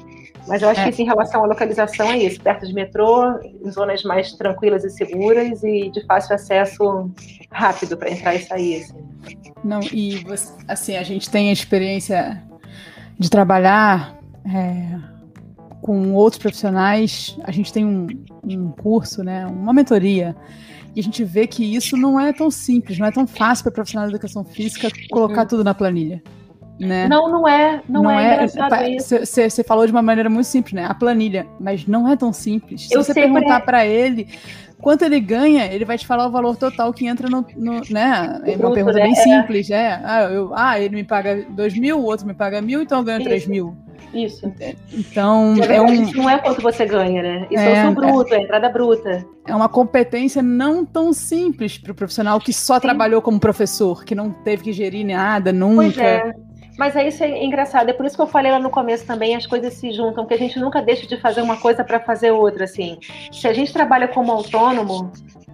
Speaker 3: Mas eu acho é. que, em relação à localização, é isso. Perto de metrô, em zonas mais tranquilas e seguras e de fácil acesso rápido para entrar e sair. Assim.
Speaker 2: Não, e, você, assim, a gente tem a experiência de trabalhar é, com outros profissionais. A gente tem um, um curso, né, uma mentoria, e a gente vê que isso não é tão simples, não é tão fácil para profissional de educação física colocar uhum. tudo na planilha. Né?
Speaker 3: Não, não é, não, não é, é
Speaker 2: Você falou de uma maneira muito simples, né? A planilha, mas não é tão simples. Se
Speaker 3: eu
Speaker 2: você perguntar para ele quanto ele ganha, ele vai te falar o valor total que entra no, no né? É uma bruto, pergunta né? bem é. simples, é. Ah, eu, ah, ele me paga dois mil, o outro me paga mil, então eu ganho três mil.
Speaker 3: Isso.
Speaker 2: Então,
Speaker 3: é, é um... Isso não é quanto você ganha, né? Isso é, é o seu bruto, é a entrada bruta.
Speaker 2: É uma competência não tão simples para o profissional que só Sim. trabalhou como professor, que não teve que gerir nada, nunca.
Speaker 3: Pois é. Mas é isso é engraçado, é por isso que eu falei lá no começo também, as coisas se juntam, que a gente nunca deixa de fazer uma coisa para fazer outra, assim. Se a gente trabalha como autônomo,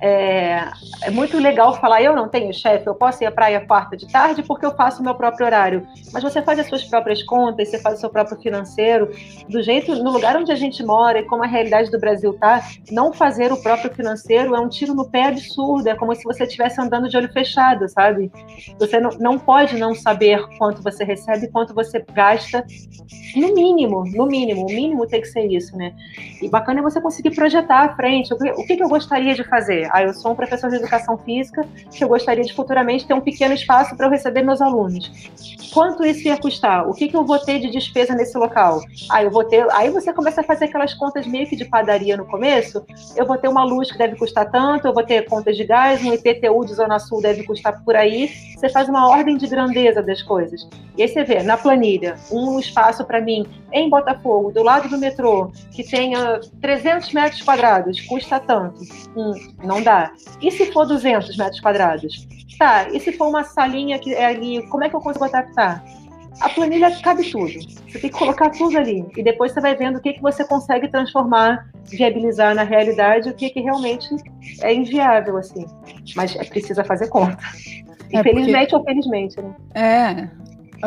Speaker 3: é, é muito legal falar, eu não tenho chefe, eu posso ir à praia quarta de tarde porque eu faço o meu próprio horário. Mas você faz as suas próprias contas, você faz o seu próprio financeiro, do jeito, no lugar onde a gente mora e como a realidade do Brasil tá, não fazer o próprio financeiro é um tiro no pé absurdo, é como se você estivesse andando de olho fechado, sabe? Você não, não pode não saber quanto você recebe recebe quanto você gasta, no mínimo, no mínimo, o mínimo tem que ser isso, né? E bacana é você conseguir projetar à frente, o que, o que eu gostaria de fazer? Ah, eu sou um professor de educação física, que eu gostaria de futuramente ter um pequeno espaço para eu receber meus alunos. Quanto isso ia custar? O que, que eu vou ter de despesa nesse local? Ah, eu vou ter... Aí você começa a fazer aquelas contas meio que de padaria no começo, eu vou ter uma luz que deve custar tanto, eu vou ter contas de gás, um I P T U de Zona Sul deve custar por aí, você faz uma ordem de grandeza das coisas. E aí você vê, na planilha, um espaço para mim em Botafogo, do lado do metrô, que tenha trezentos metros quadrados, custa tanto. Hum, não dá. E se for duzentos metros quadrados? Tá, e se for uma salinha que é ali, como é que eu consigo adaptar? A planilha cabe tudo. Você tem que colocar tudo ali. E depois você vai vendo o que, que você consegue transformar, viabilizar na realidade, o que, que realmente é inviável, assim. Mas é precisa fazer conta. É Infelizmente porque... ou felizmente, né?
Speaker 2: É... Uh,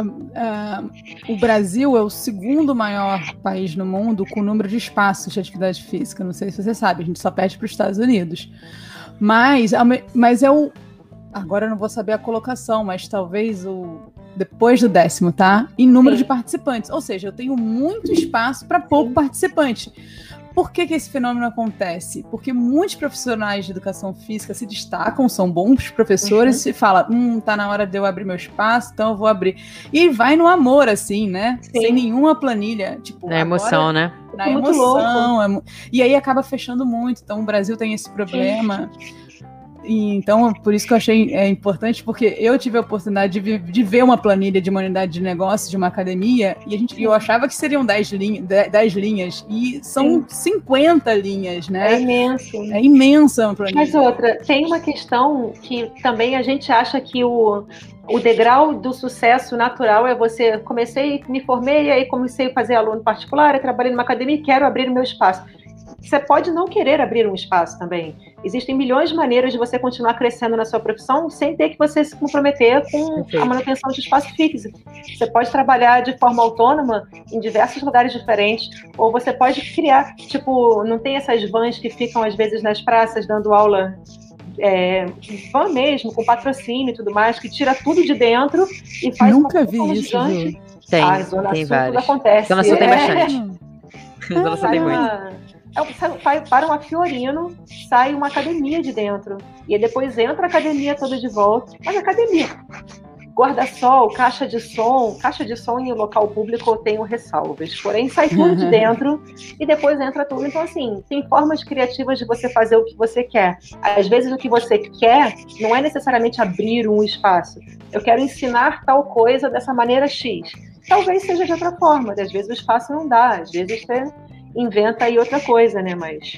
Speaker 2: uh, o Brasil é o segundo maior país no mundo com o número de espaços de atividade física. Não sei se você sabe, a gente só perde para os Estados Unidos. Mas, mas é o... Agora eu não vou saber a colocação, mas talvez o... depois do décimo, tá? Em número Sim. de participantes. Ou seja, eu tenho muito espaço para pouco Sim. participante. Por que que esse fenômeno acontece? Porque muitos profissionais de educação física se destacam, são bons professores, uhum. e falam, hum, tá na hora de eu abrir meu espaço, então eu vou abrir. E vai no amor, assim, né? Sim. Sem nenhuma planilha. Tipo,
Speaker 1: na emoção, né?
Speaker 2: Na emoção. É, e aí acaba fechando muito. Então o Brasil tem esse problema. Sim. e então, por isso que eu achei é, importante, porque eu tive a oportunidade de, de ver uma planilha de uma unidade de negócio de uma academia, e a gente, eu achava que seriam dez linhas, dez linhas, e são Sim. cinquenta linhas, né?
Speaker 3: É imenso.
Speaker 2: É imensa a planilha.
Speaker 3: Mas outra, tem uma questão que também a gente acha que o, o degrau do sucesso natural é você, comecei, me formei, aí comecei a fazer aluno particular, eu trabalhei numa academia e quero abrir o meu espaço. Você pode não querer abrir um espaço também. Existem milhões de maneiras de você continuar crescendo na sua profissão sem ter que você se comprometer com a manutenção de espaço fixo. Você pode trabalhar de forma autônoma em diversos lugares diferentes, ou você pode criar, tipo, não tem essas vans que ficam às vezes nas praças dando aula, é, van mesmo, com patrocínio e tudo mais, que tira tudo de dentro e faz
Speaker 2: Nunca
Speaker 3: uma
Speaker 2: vi isso,
Speaker 3: gigante.
Speaker 1: Tem,
Speaker 3: ah, Zona
Speaker 1: tem
Speaker 3: Sul,
Speaker 1: vários.
Speaker 3: tudo acontece.
Speaker 1: Zona Sul
Speaker 3: é.
Speaker 1: tem bastante. Zona Sul tem muito.
Speaker 3: É, para uma Fiorino, sai uma academia de dentro. E aí depois entra a academia toda de volta. Mas academia, guarda-sol, caixa de som. Caixa de som em local público eu tenho ressalvas. Porém, sai tudo de dentro e depois entra tudo. Então, assim, tem formas criativas de você fazer o que você quer. Às vezes, o que você quer não é necessariamente abrir um espaço. Eu quero ensinar tal coisa dessa maneira X. Talvez seja de outra forma. Às vezes o espaço não dá. Às vezes você inventa aí outra coisa, né? Mas,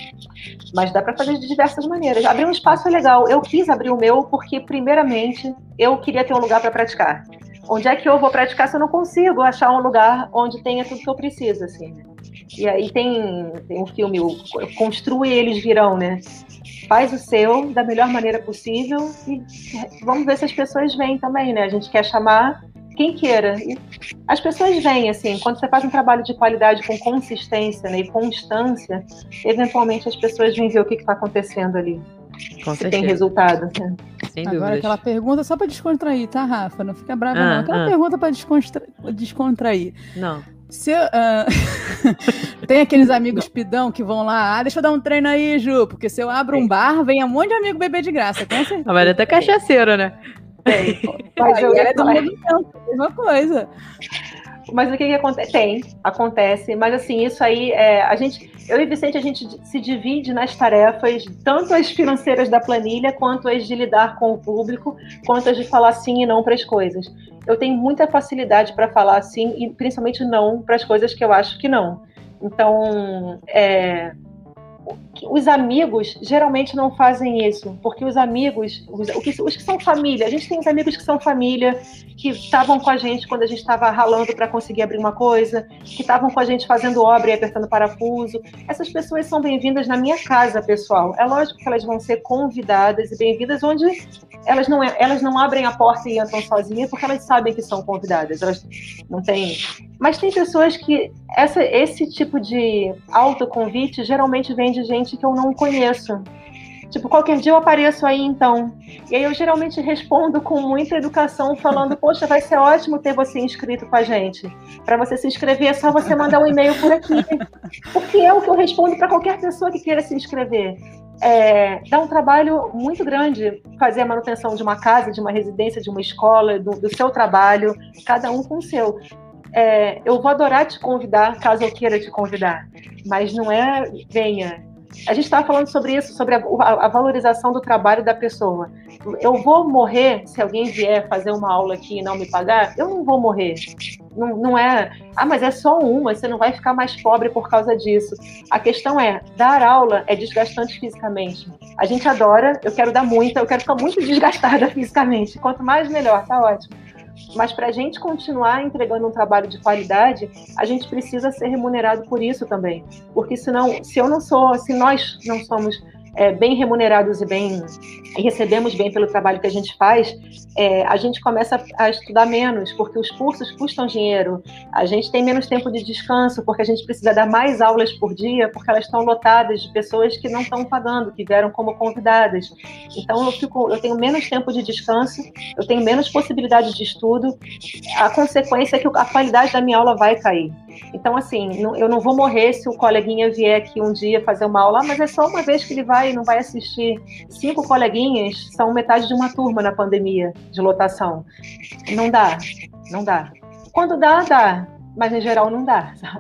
Speaker 3: mas dá para fazer de diversas maneiras. Abrir um espaço é legal. Eu quis abrir o meu porque, primeiramente, eu queria ter um lugar para praticar. Onde é que eu vou praticar se eu não consigo achar um lugar onde tenha tudo que eu preciso, assim, né? E aí tem, tem um filme, o Construa e Eles Virão, né? Faz o seu da melhor maneira possível e vamos ver se as pessoas vêm também, né? A gente quer chamar quem queira. E as pessoas vêm, assim, quando você faz um trabalho de qualidade com consistência, né, e constância, eventualmente as pessoas vêm ver o que está acontecendo ali.
Speaker 1: Com
Speaker 3: se
Speaker 1: certeza.
Speaker 3: Tem resultado. Né?
Speaker 1: Sem
Speaker 2: Agora
Speaker 1: dúvidas.
Speaker 2: aquela pergunta só para descontrair, tá, Rafa? Não fica brava,
Speaker 1: Ah,
Speaker 2: não. Aquela
Speaker 1: ah.
Speaker 2: pergunta para descontra... descontrair.
Speaker 1: Não.
Speaker 2: Se, uh... tem aqueles amigos pidão que vão lá, ah, deixa eu dar um treino aí, Ju, porque se eu abro um bar, vem um monte de amigo beber de graça, com certeza.
Speaker 1: A Maria tá cachaceira, né?
Speaker 3: Tem. Mas eu
Speaker 2: ela é do movimento, mesma coisa.
Speaker 3: Mas o que que acontece? Tem, acontece, mas assim, isso aí, é, a gente, eu e Vicente, a gente se divide nas tarefas, tanto as financeiras da planilha, quanto as de lidar com o público, quanto as de falar sim e não para as coisas. Eu tenho muita facilidade para falar sim e principalmente não para as coisas que eu acho que não. Então, é... os amigos geralmente não fazem isso, porque os amigos, os, os que são família, a gente tem os amigos que são família, que estavam com a gente quando a gente estava ralando para conseguir abrir uma coisa, que estavam com a gente fazendo obra e apertando parafuso. Essas pessoas são bem-vindas na minha casa, pessoal. É lógico que elas vão ser convidadas e bem-vindas onde elas não, elas não abrem a porta e entram sozinhas, porque elas sabem que são convidadas. Elas não têm... Mas tem pessoas que essa, esse tipo de autoconvite geralmente vem de gente que eu não conheço. Tipo, qualquer dia eu apareço aí, então. E aí eu geralmente respondo com muita educação, falando, poxa, vai ser ótimo ter você inscrito com a gente. Para você se inscrever, é só você mandar um e-mail por aqui. Porque é o que eu respondo para qualquer pessoa que queira se inscrever. É, dá um trabalho muito grande fazer a manutenção de uma casa, de uma residência, de uma escola, do, do seu trabalho, cada um com o seu. É, eu vou adorar te convidar, caso eu queira te convidar, mas não é venha. A gente estava falando sobre isso, sobre a, a, a valorização do trabalho da pessoa. Eu vou morrer se alguém vier fazer uma aula aqui e não me pagar? Eu não vou morrer. Não, não é, ah, mas é só uma, você não vai ficar mais pobre por causa disso. A questão é, dar aula é desgastante fisicamente. A gente adora, eu quero dar muita, eu quero ficar muito desgastada fisicamente. Quanto mais, melhor, tá ótimo. Mas para a gente continuar entregando um trabalho de qualidade, a gente precisa ser remunerado por isso também. Porque senão, se eu não sou, se nós não somos é, bem remunerados e bem e recebemos bem pelo trabalho que a gente faz, é, a gente começa a estudar menos, porque os cursos custam dinheiro, a gente tem menos tempo de descanso, porque a gente precisa dar mais aulas por dia, porque elas estão lotadas de pessoas que não estão pagando, que vieram como convidadas. Então eu, fico, eu tenho menos tempo de descanso, eu tenho menos possibilidade de estudo, a consequência é que a qualidade da minha aula vai cair. Então, assim, eu não vou morrer se o coleguinha vier aqui um dia fazer uma aula, mas é só uma vez que ele vai e não vai assistir. Cinco coleguinhas são metade de uma turma na pandemia de lotação. Não dá, não dá. Quando dá, dá, mas em geral não dá, sabe?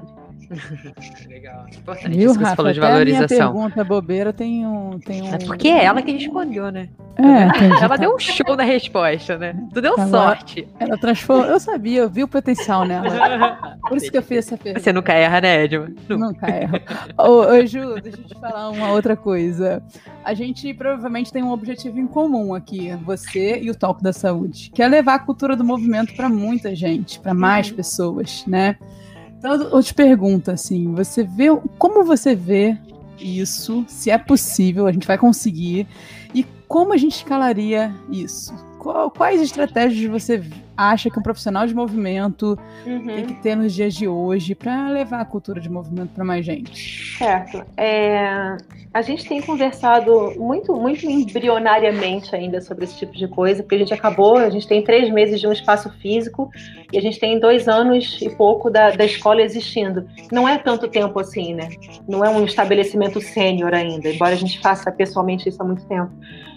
Speaker 1: Legal. Importante
Speaker 2: Viu,
Speaker 1: isso que você
Speaker 2: Rafa?
Speaker 1: falou de
Speaker 2: Até a minha
Speaker 1: valorização.
Speaker 2: pergunta bobeira tem um... Tem um...
Speaker 1: É porque é ela que respondeu, né?
Speaker 2: É, tem-
Speaker 1: Ela deu um show na resposta, né? Tu deu
Speaker 2: Agora-
Speaker 1: sorte.
Speaker 2: Ela transformou... Eu sabia, eu vi o potencial nela. Por isso que eu fiz essa pergunta.
Speaker 1: Você nunca erra, né, Edma?
Speaker 2: Nunca erro. Ô, ô, Ju, deixa eu te falar uma outra coisa. A gente provavelmente tem um objetivo em comum aqui, você e o Talk da Saúde, que é levar a cultura do movimento para muita gente, para mais pessoas, né? Então eu te pergunto assim, você vê, como você vê isso, se é possível, a gente vai conseguir, e como a gente escalaria isso? Qual- quais estratégias você acha que um profissional de movimento
Speaker 3: Uhum.
Speaker 2: tem que ter nos dias de hoje para levar a cultura de movimento para mais gente?
Speaker 3: Certo. É, a gente tem conversado muito, muito embrionariamente ainda sobre esse tipo de coisa, porque a gente acabou, a gente tem três meses de um espaço físico e a gente tem dois anos e pouco da, da escola existindo. Não é tanto tempo assim, né? Não é um estabelecimento sênior ainda, embora a gente faça pessoalmente isso há muito tempo.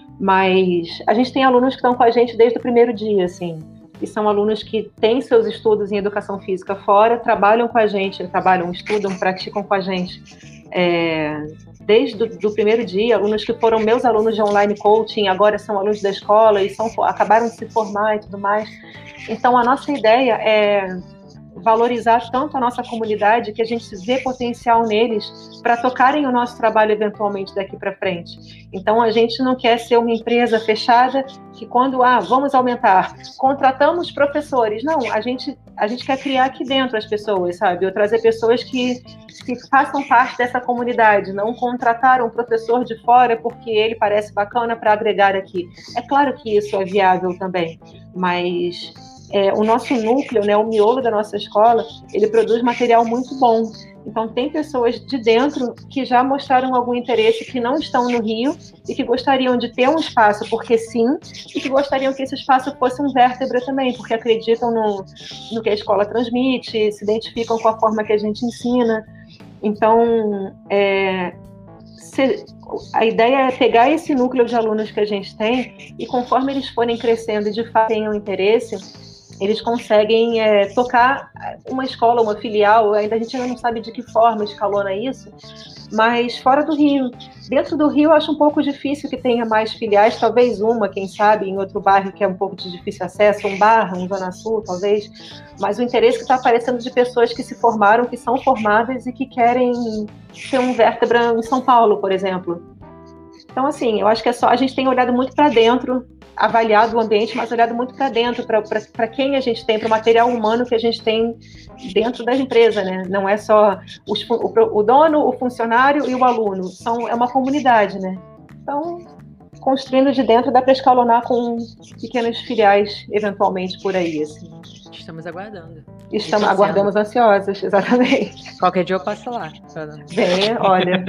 Speaker 3: Mas a gente tem alunos que estão com a gente desde o primeiro dia, assim. E são alunos que têm seus estudos em educação física fora, trabalham com a gente, trabalham, estudam, praticam com a gente é, desde do, do primeiro dia. Alunos que foram meus alunos de online coaching, agora são alunos da escola e são, acabaram de se formar e tudo mais. Então, a nossa ideia é valorizar tanto a nossa comunidade que a gente vê potencial neles para tocarem o nosso trabalho eventualmente daqui para frente. Então, a gente não quer ser uma empresa fechada que quando, ah, vamos aumentar, contratamos professores. Não, a gente, a gente quer criar aqui dentro as pessoas, sabe? Ou trazer pessoas que, que façam parte dessa comunidade, não contratar um professor de fora porque ele parece bacana para agregar aqui. É claro que isso é viável também, mas... É, o nosso núcleo, né, o miolo da nossa escola, ele produz material muito bom. Então, tem pessoas de dentro que já mostraram algum interesse, que não estão no Rio e que gostariam de ter um espaço, porque sim, e que gostariam que esse espaço fosse um vértebra também, porque acreditam no, no que a escola transmite, se identificam com a forma que a gente ensina. Então, é, se, a ideia é pegar esse núcleo de alunos que a gente tem e, conforme eles forem crescendo e de fato tenham interesse, eles conseguem é, tocar uma escola, uma filial, ainda a gente ainda não sabe de que forma escalona isso, mas fora do Rio. Dentro do Rio eu acho um pouco difícil que tenha mais filiais, talvez uma, quem sabe, em outro bairro que é um pouco de difícil acesso, um Barra, um Zona Sul, talvez, mas o interesse que está aparecendo de pessoas que se formaram, que são formadas e que querem ter um vértebra em São Paulo, por exemplo. Então, assim, eu acho que é só, a gente tem olhado muito para dentro, avaliado o ambiente, mas olhado muito para dentro, para quem a gente tem, para o material humano que a gente tem dentro da empresa, né? Não é só os, o, o dono, o funcionário e o aluno, são, é uma comunidade, né? Então, construindo de dentro, dá para escalonar com pequenas filiais, eventualmente, por aí, assim.
Speaker 1: Estamos aguardando.
Speaker 3: Estamos, aguardamos ansiosas, exatamente.
Speaker 1: Qualquer dia eu passo lá.
Speaker 3: Bem, olha.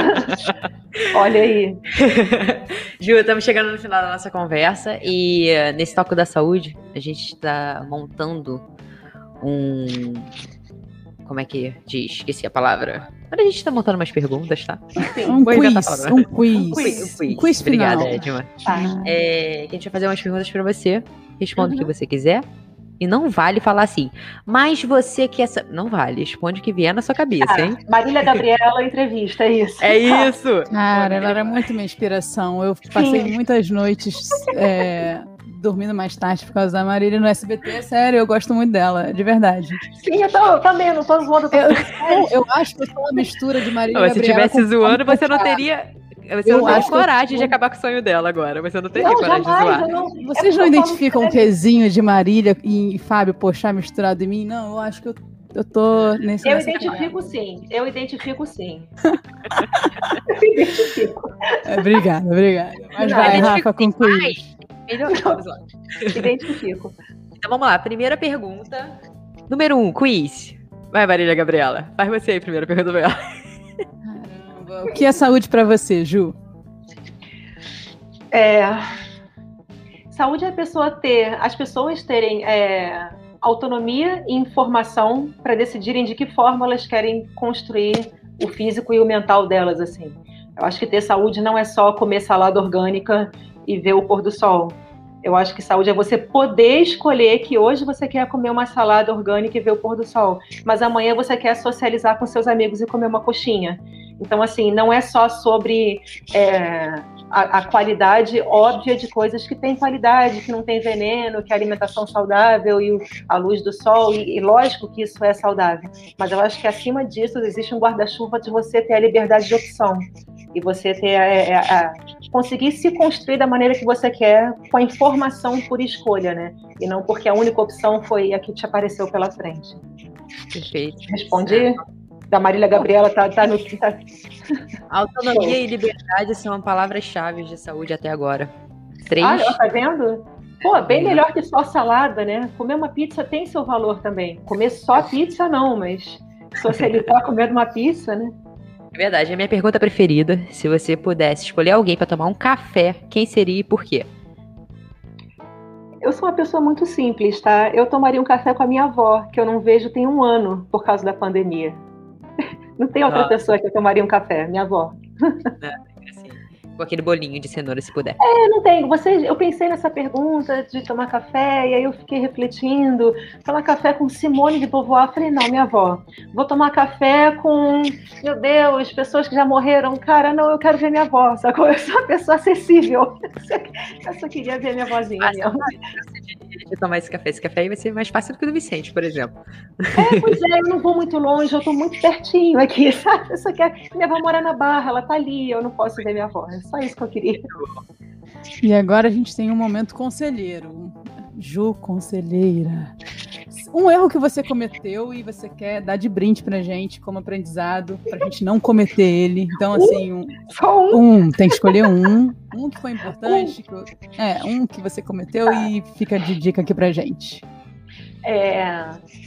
Speaker 3: Olha aí.
Speaker 1: Ju, estamos chegando no final da nossa conversa e uh, nesse Toque da Saúde a gente está montando um... Como é que diz? Esqueci a palavra. Agora a gente está montando umas perguntas, tá?
Speaker 2: Um quiz, um quiz.
Speaker 1: Um quiz. Um quiz.
Speaker 2: Um quiz final.
Speaker 1: Obrigada, Edma.
Speaker 3: Tá.
Speaker 1: É, a gente vai fazer umas perguntas para você. Responda uhum. o que você quiser. E não vale falar assim, mas você quer saber. Não vale, responde o que vier na sua cabeça, ah, hein?
Speaker 3: Marília Gabriela, entrevista, é isso.
Speaker 1: É isso!
Speaker 2: Cara, ela era muito minha inspiração. Eu passei Sim. muitas noites é, dormindo mais tarde por causa da Marília no S B T. Sério, eu gosto muito dela, de verdade.
Speaker 3: Sim, eu, tô, eu também, eu não tô zoando. Tô
Speaker 2: eu, eu, eu acho que eu sou uma mistura de Marília
Speaker 1: não,
Speaker 2: Gabriela.
Speaker 1: Se tivesse zoando, você não teria... Você eu não tem coragem de acabar com o sonho dela agora. Você não teria não, coragem jamais, de zoar.
Speaker 3: Não,
Speaker 2: Vocês é não identificam um quesinho de Marília e Fábio Pochá misturado em mim? Não, eu acho que eu, eu tô nesse...
Speaker 3: Eu identifico cara. sim. Eu identifico sim. eu identifico.
Speaker 2: É, obrigada, obrigada. Mas não, vai, Rafa, conclui.
Speaker 3: Identifico.
Speaker 1: Então vamos lá. Primeira pergunta. Número um, quiz. Vai, Marília Gabriela. Faz você aí a primeira pergunta dela.
Speaker 2: O que é saúde para você, Ju?
Speaker 3: É... Saúde é a pessoa ter, as pessoas terem é, autonomia e informação para decidirem de que forma elas querem construir o físico e o mental delas, assim. Eu acho que ter saúde não é só comer salada orgânica e ver o pôr do sol. Eu acho que saúde é você poder escolher que hoje você quer comer uma salada orgânica e ver o pôr do sol, mas amanhã você quer socializar com seus amigos e comer uma coxinha. Então, assim, não é só sobre é, a, a qualidade óbvia de coisas que têm qualidade, que não tem veneno, que é alimentação saudável e a luz do sol, e, e lógico que isso é saudável. Mas eu acho que acima disso existe um guarda-chuva de você ter a liberdade de opção. E você ter a, a, a, conseguir se construir da maneira que você quer, com a informação por escolha, né? E não porque a única opção foi a que te apareceu pela frente.
Speaker 1: Perfeito.
Speaker 3: Respondi? Da Marília Gabriela tá, tá no... Tá...
Speaker 1: Autonomia e liberdade são palavras-chave de saúde até agora. Três.
Speaker 3: Ah, ela tá vendo? Pô, bem melhor que só salada, né? Comer uma pizza tem seu valor também. Comer só pizza não, mas socializar comendo uma pizza, né?
Speaker 1: É verdade, é a minha pergunta preferida. Se você pudesse escolher alguém para tomar um café, quem seria e por quê?
Speaker 3: Eu sou uma pessoa muito simples, tá? Eu tomaria um café com a minha avó, que eu não vejo tem um ano por causa da pandemia. Não tem outra ah. pessoa que eu tomaria um café, minha avó.
Speaker 1: É, assim, com aquele bolinho de cenoura, se puder.
Speaker 3: É, não tem. Você, eu pensei nessa pergunta de tomar café, e aí eu fiquei refletindo. Tomar café com Simone de Beauvoir. Falei, não, minha avó. Vou tomar café com, meu Deus, pessoas que já morreram. Cara, não, eu quero ver minha avó. Sacou? Eu sou uma pessoa acessível. Eu só queria ver minha vozinha.
Speaker 1: Ah, minha de tomar esse café. Esse café aí vai ser mais fácil do que o do Vicente, por exemplo.
Speaker 3: É, pois é, eu não vou muito longe, eu tô muito pertinho aqui, sabe? Eu só quero... Minha avó mora na Barra, ela tá ali, eu não posso ver minha avó. É só isso que eu queria.
Speaker 2: E agora a gente tem um momento conselheiro. Ju, conselheira. Um erro que você cometeu e você quer dar de brinde pra gente como aprendizado, pra gente não cometer ele. Então, assim, um,
Speaker 3: Só um.
Speaker 2: um tem que escolher um. Um que foi importante. Um. Que, é, um que você cometeu tá. E fica de dica aqui pra gente.
Speaker 3: É...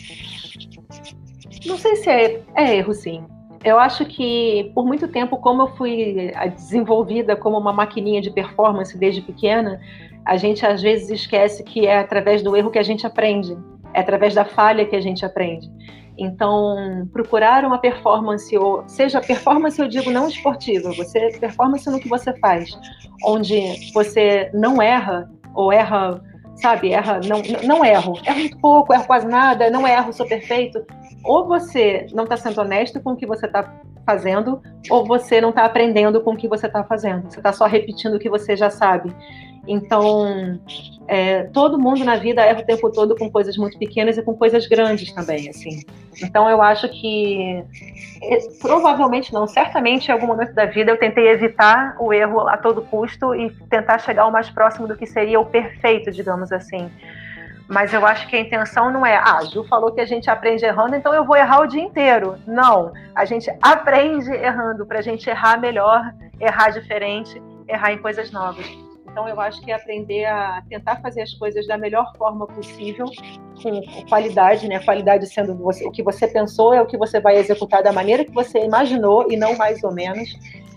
Speaker 3: Não sei se é, é erro, sim. Eu acho que, por muito tempo, como eu fui desenvolvida como uma maquininha de performance desde pequena, a gente às vezes esquece que é através do erro que a gente aprende, é através da falha que a gente aprende. Então, procurar uma performance, ou seja, performance eu digo não esportiva, você performance no que você faz, onde você não erra, ou erra, sabe, erra, não, não erro, erro muito pouco, erro quase nada, não erro, sou perfeito. Ou você não está sendo honesto com o que você está fazendo, ou você não está aprendendo com o que você está fazendo. Você está só repetindo o que você já sabe. Então, é, todo mundo na vida erra o tempo todo com coisas muito pequenas e com coisas grandes também, assim. Então, eu acho que, provavelmente não, certamente em algum momento da vida eu tentei evitar o erro a todo custo e tentar chegar o mais próximo do que seria o perfeito, digamos assim. Mas eu acho que a intenção não é, ah, a Ju falou que a gente aprende errando, então eu vou errar o dia inteiro. Não, a gente aprende errando para a gente errar melhor, errar diferente, errar em coisas novas. Então eu acho que é aprender a tentar fazer as coisas da melhor forma possível, com qualidade, né? Qualidade sendo você, o que você pensou é o que você vai executar da maneira que você imaginou e não mais ou menos.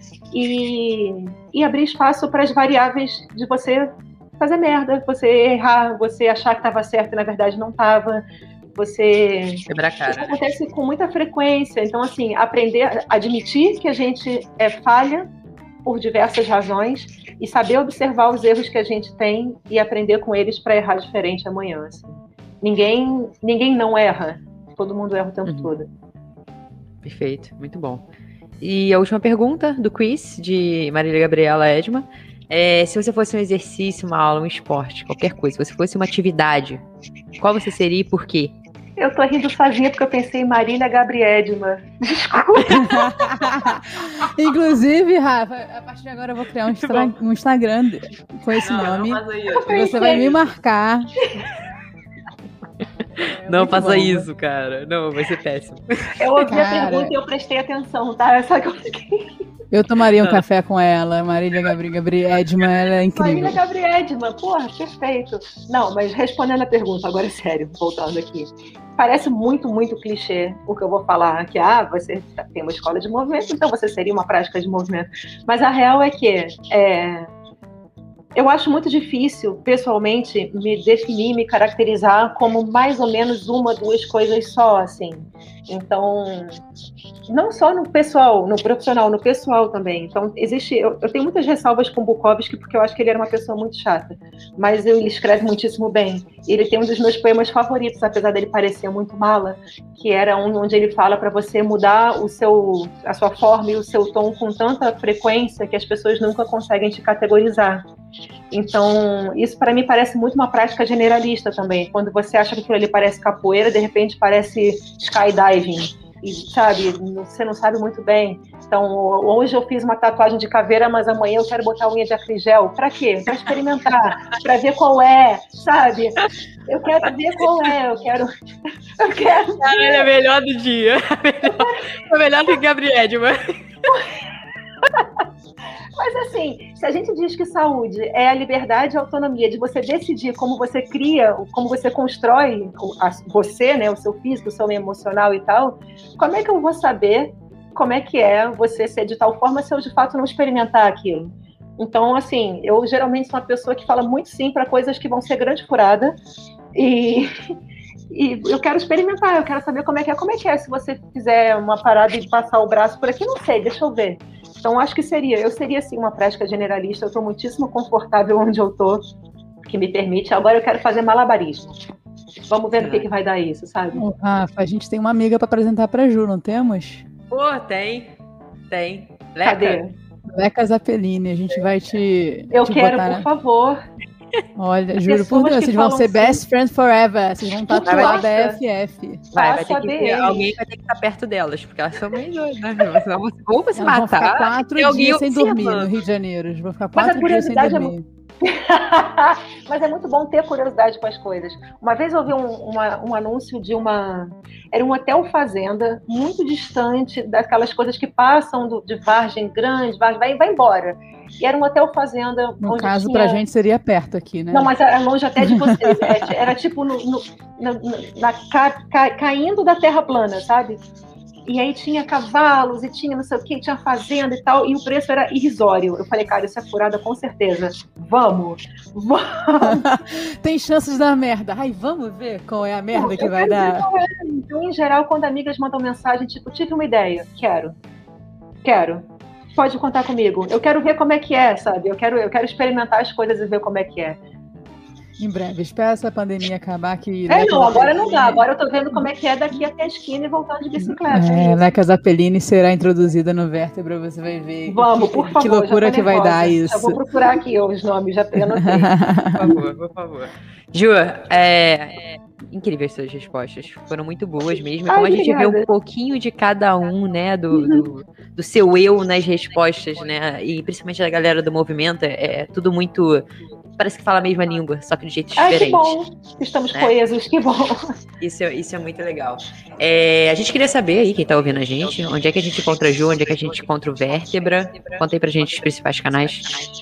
Speaker 3: E, e abrir espaço para as variáveis de você fazer merda, você errar, você achar que estava certo e na verdade não estava, você...
Speaker 1: Quebrar a cara.
Speaker 3: Isso acontece com muita frequência, então assim, aprender a admitir que a gente é falha por diversas razões e saber observar os erros que a gente tem e aprender com eles para errar diferente amanhã. Assim. Ninguém, ninguém não erra, todo mundo erra o tempo uhum. todo.
Speaker 1: Perfeito, muito bom. E a última pergunta do quiz de Marília Gabriela Edma. É, se você fosse um exercício, uma aula, um esporte, qualquer coisa, se você fosse uma atividade, qual você seria e por quê?
Speaker 3: Eu tô rindo sozinha porque eu pensei em Marília Gabriedma. Desculpa.
Speaker 2: Inclusive, Rafa, a partir de agora eu vou criar um, extra- um Instagram com esse não, nome. Não e você vai me marcar.
Speaker 1: É não faça bom, isso, cara. Não, vai ser péssimo.
Speaker 3: Eu ouvi cara... a pergunta e eu prestei atenção, tá? Só que eu fiquei...
Speaker 2: Eu tomaria um café com ela, Marília Gabri, Gabriedma, ela é incrível.
Speaker 3: Marília Gabriedma, porra, perfeito. Não, mas respondendo a pergunta, agora é sério, voltando aqui. Parece muito, muito clichê o que eu vou falar, que ah, você tem uma escola de movimento, então você seria uma prática de movimento. Mas a real é que é, eu acho muito difícil, pessoalmente, me definir, me caracterizar como mais ou menos uma, duas coisas só, assim. Então, não só no pessoal, no profissional, no pessoal também. Então, existe... Eu, eu tenho muitas ressalvas com o Bukowski, porque eu acho que ele era uma pessoa muito chata. Mas ele escreve muitíssimo bem. Ele tem um dos meus poemas favoritos, apesar dele parecer muito mala, que era um onde ele fala para você mudar o seu, a sua forma e o seu tom com tanta frequência que as pessoas nunca conseguem te categorizar. Então, isso para mim parece muito uma prática generalista também. Quando você acha que aquilo ali parece capoeira, de repente parece skydiving. E, sabe, você não sabe muito bem. Então, hoje eu fiz uma tatuagem de caveira, mas amanhã eu quero botar unha de acrigel. Pra quê? Pra experimentar, pra ver qual é, sabe? Eu quero ver qual é, eu quero... Eu quero...
Speaker 1: Cara, ele é melhor do dia. É melhor que Gabriel Edman.
Speaker 3: Mas assim, se a gente diz que saúde é a liberdade e a autonomia de você decidir como você cria, como você constrói você, né, o seu físico, o seu emocional e tal, como é que eu vou saber como é que é você ser de tal forma se eu de fato não experimentar aquilo? Então, assim, eu geralmente sou uma pessoa que fala muito sim para coisas que vão ser grande furada e... E eu quero experimentar, eu quero saber como é que é. Como é que é se você fizer uma parada e passar o braço por aqui? Não sei, deixa eu ver. Então, acho que seria, eu seria, sim, uma prática generalista. Eu estou muitíssimo confortável onde eu estou, que me permite. Agora eu quero fazer malabarismo. Vamos ver no que, que vai dar isso, sabe?
Speaker 2: Oh, Rafa, a gente tem uma amiga para apresentar para Ju, não temos?
Speaker 1: Pô, tem. Tem. Leca.
Speaker 3: Cadê?
Speaker 2: Leca Zappellini, a gente vai te
Speaker 3: Eu
Speaker 2: te
Speaker 3: quero,
Speaker 2: botar,
Speaker 3: por
Speaker 2: né?
Speaker 3: favor.
Speaker 2: Olha, juro por Deus, vocês vão ser
Speaker 3: assim,
Speaker 2: best friends forever. Vocês vão tatuar
Speaker 3: Nossa.
Speaker 2: B F F.
Speaker 1: Vai, vai ter que
Speaker 3: saber
Speaker 1: ter,
Speaker 3: eles.
Speaker 1: alguém vai ter que estar perto delas, porque elas são meio doidas, né? Senão você- Ou você
Speaker 2: Elas vão ficar
Speaker 1: matar,
Speaker 2: quatro
Speaker 1: tem alguém
Speaker 2: dias sem dormir
Speaker 1: observando.
Speaker 2: no Rio de Janeiro. Eles vão ficar
Speaker 3: Mas a
Speaker 2: quatro dias sem
Speaker 3: curiosidade é
Speaker 2: dormir.
Speaker 3: Mas é muito bom ter curiosidade com as coisas. Uma vez eu vi um, uma- um anúncio de uma... Era um hotel fazenda, muito distante daquelas coisas que passam do- de Vargem Grande, Vargem, vai, vai embora. E era um hotel fazenda...
Speaker 2: No
Speaker 3: onde
Speaker 2: caso,
Speaker 3: tinha...
Speaker 2: pra gente seria perto aqui, né?
Speaker 3: Não, mas era longe até de vocês. Era, era tipo no, no- na, na- ca- ca- caindo da terra plana, sabe? E aí tinha cavalos e tinha não sei o que, tinha fazenda e tal, e o preço era irrisório. Eu falei, cara, isso é furada com certeza. Vamos, vamos.
Speaker 2: Tem chances de dar merda. Ai, vamos ver qual é a merda que
Speaker 3: Eu
Speaker 2: vai
Speaker 3: quero ver
Speaker 2: dar.
Speaker 3: qual é. Então, em geral, quando amigas mandam mensagem, tipo, tive uma ideia, quero, quero. Pode contar comigo. Eu quero ver como é que é, sabe? Eu quero, eu quero experimentar as coisas e ver como é que é.
Speaker 2: Em breve, espera essa pandemia acabar que...
Speaker 3: É,
Speaker 2: Leca
Speaker 3: não, agora não
Speaker 2: Zappellini-
Speaker 3: dá. Agora eu tô vendo como é que é daqui até a esquina e voltando de bicicleta.
Speaker 2: É,
Speaker 3: É isso.
Speaker 2: Leca Zappellini será introduzida no Vértebra, você vai ver.
Speaker 3: Vamos,
Speaker 2: que,
Speaker 3: por favor.
Speaker 2: Que loucura
Speaker 3: já tô
Speaker 2: que vai
Speaker 3: nervosa.
Speaker 2: dar isso.
Speaker 3: Já vou procurar aqui os nomes, já eu anotei.
Speaker 1: Por favor, por favor. Ju, é, é incríveis suas respostas. Foram muito boas mesmo. E
Speaker 3: Ai,
Speaker 1: como a gente vê
Speaker 3: obrigada.
Speaker 1: um pouquinho de cada um, né, do, do, do seu eu nas respostas, né, e principalmente da galera do movimento, é, é tudo muito... Parece que fala a mesma língua, só que de jeitos
Speaker 3: Ai, que
Speaker 1: diferentes.
Speaker 3: bom. Estamos
Speaker 1: né?
Speaker 3: coesos, que bom.
Speaker 1: Isso, é- isso é muito legal. É, a gente queria saber aí, quem tá ouvindo a gente, onde é que a gente encontra a Ju, onde é que a gente encontra o Vértebra. Conta aí pra gente os principais canais.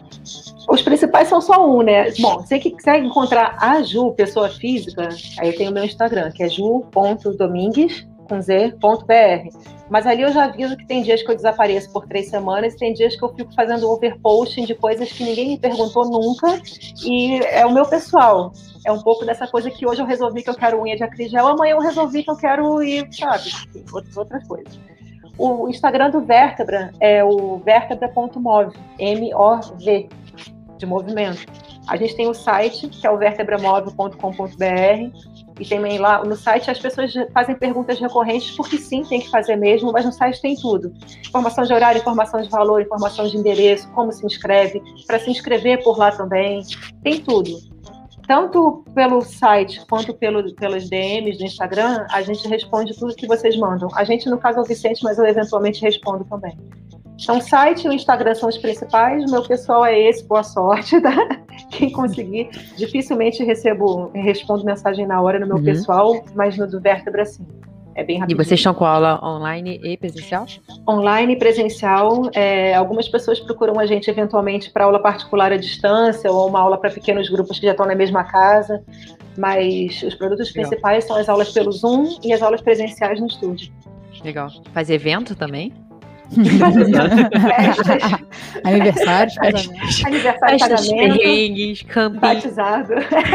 Speaker 3: Os principais são só um, né? Bom, você que quiser encontrar a Ju, pessoa física, aí tem o meu Instagram, que é ju ponto domingues, com z, ponto br. Mas ali eu já aviso que tem dias que eu desapareço por três semanas e tem dias que eu fico fazendo overposting de coisas que ninguém me perguntou nunca e é o meu pessoal. É um pouco dessa coisa que hoje eu resolvi que eu quero unha de acrigel, amanhã eu resolvi que eu quero ir, sabe, enfim, outras coisas. O Instagram do Vértebra é o vértebra ponto mov, M O V, de movimento. A gente tem o site, que é o vertebramove ponto com ponto br, e também lá no site as pessoas fazem perguntas recorrentes, porque sim, tem que fazer mesmo, mas no site tem tudo. Informação de horário, informação de valor, informação de endereço, como se inscreve, para se inscrever por lá também, tem tudo. Tanto pelo site quanto pelo, pelos D Ms do Instagram, a gente responde tudo que vocês mandam. A gente, no caso, é o Vicente, mas eu eventualmente respondo também. Então, o site e o Instagram são os principais. O meu pessoal é esse, boa sorte, tá? Quem conseguir. Dificilmente recebo, respondo mensagem na hora no meu
Speaker 1: Uhum.
Speaker 3: pessoal, mas no do Vértebra, sim. É bem
Speaker 1: E
Speaker 3: rapidinho.
Speaker 1: vocês estão com aula online e presencial?
Speaker 3: Online e presencial. É, algumas pessoas procuram a gente eventualmente para aula particular à distância ou uma aula para pequenos grupos que já estão na mesma casa. Mas os produtos
Speaker 1: Legal.
Speaker 3: principais são as aulas pelo Zoom e as aulas presenciais no estúdio.
Speaker 1: Legal. Faz evento também?
Speaker 3: Festas.
Speaker 2: Aniversários, casamentos.
Speaker 3: Aniversário,
Speaker 1: Festas,
Speaker 3: casamento,
Speaker 1: perrengues, camping.
Speaker 3: batizado.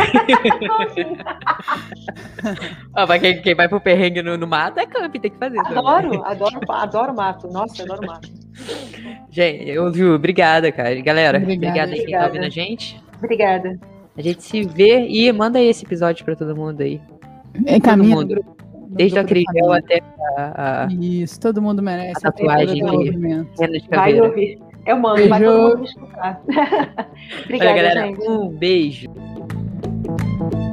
Speaker 1: Ó, pra quem, quem vai pro perrengue no, no mato é camping, tem que fazer. também.
Speaker 3: Adoro, adoro, adoro mato. Nossa, adoro mato.
Speaker 1: Gente, eu, Ju, obrigada, cara. Galera,
Speaker 2: Obrigada.
Speaker 1: obrigada aí quem
Speaker 3: Obrigada.
Speaker 1: tá ouvindo a gente.
Speaker 3: Obrigada.
Speaker 1: A gente se vê e manda aí esse episódio pra todo mundo aí.
Speaker 2: Encaminha
Speaker 1: mundo.
Speaker 2: no grupo- no
Speaker 1: Desde o
Speaker 2: grupo da
Speaker 1: Acrigel
Speaker 2: família.
Speaker 1: até a, a
Speaker 2: Isso, todo mundo merece.
Speaker 1: A tatuagem
Speaker 2: todo
Speaker 1: de-
Speaker 2: movimento.
Speaker 1: renda de
Speaker 3: Vai
Speaker 1: caveira.
Speaker 3: ouvir. Eu mando, vai
Speaker 2: Beijo.
Speaker 3: todo mundo me escutar.
Speaker 1: Olha,
Speaker 3: Obrigada,
Speaker 1: galera,
Speaker 3: gente.
Speaker 1: um beijo.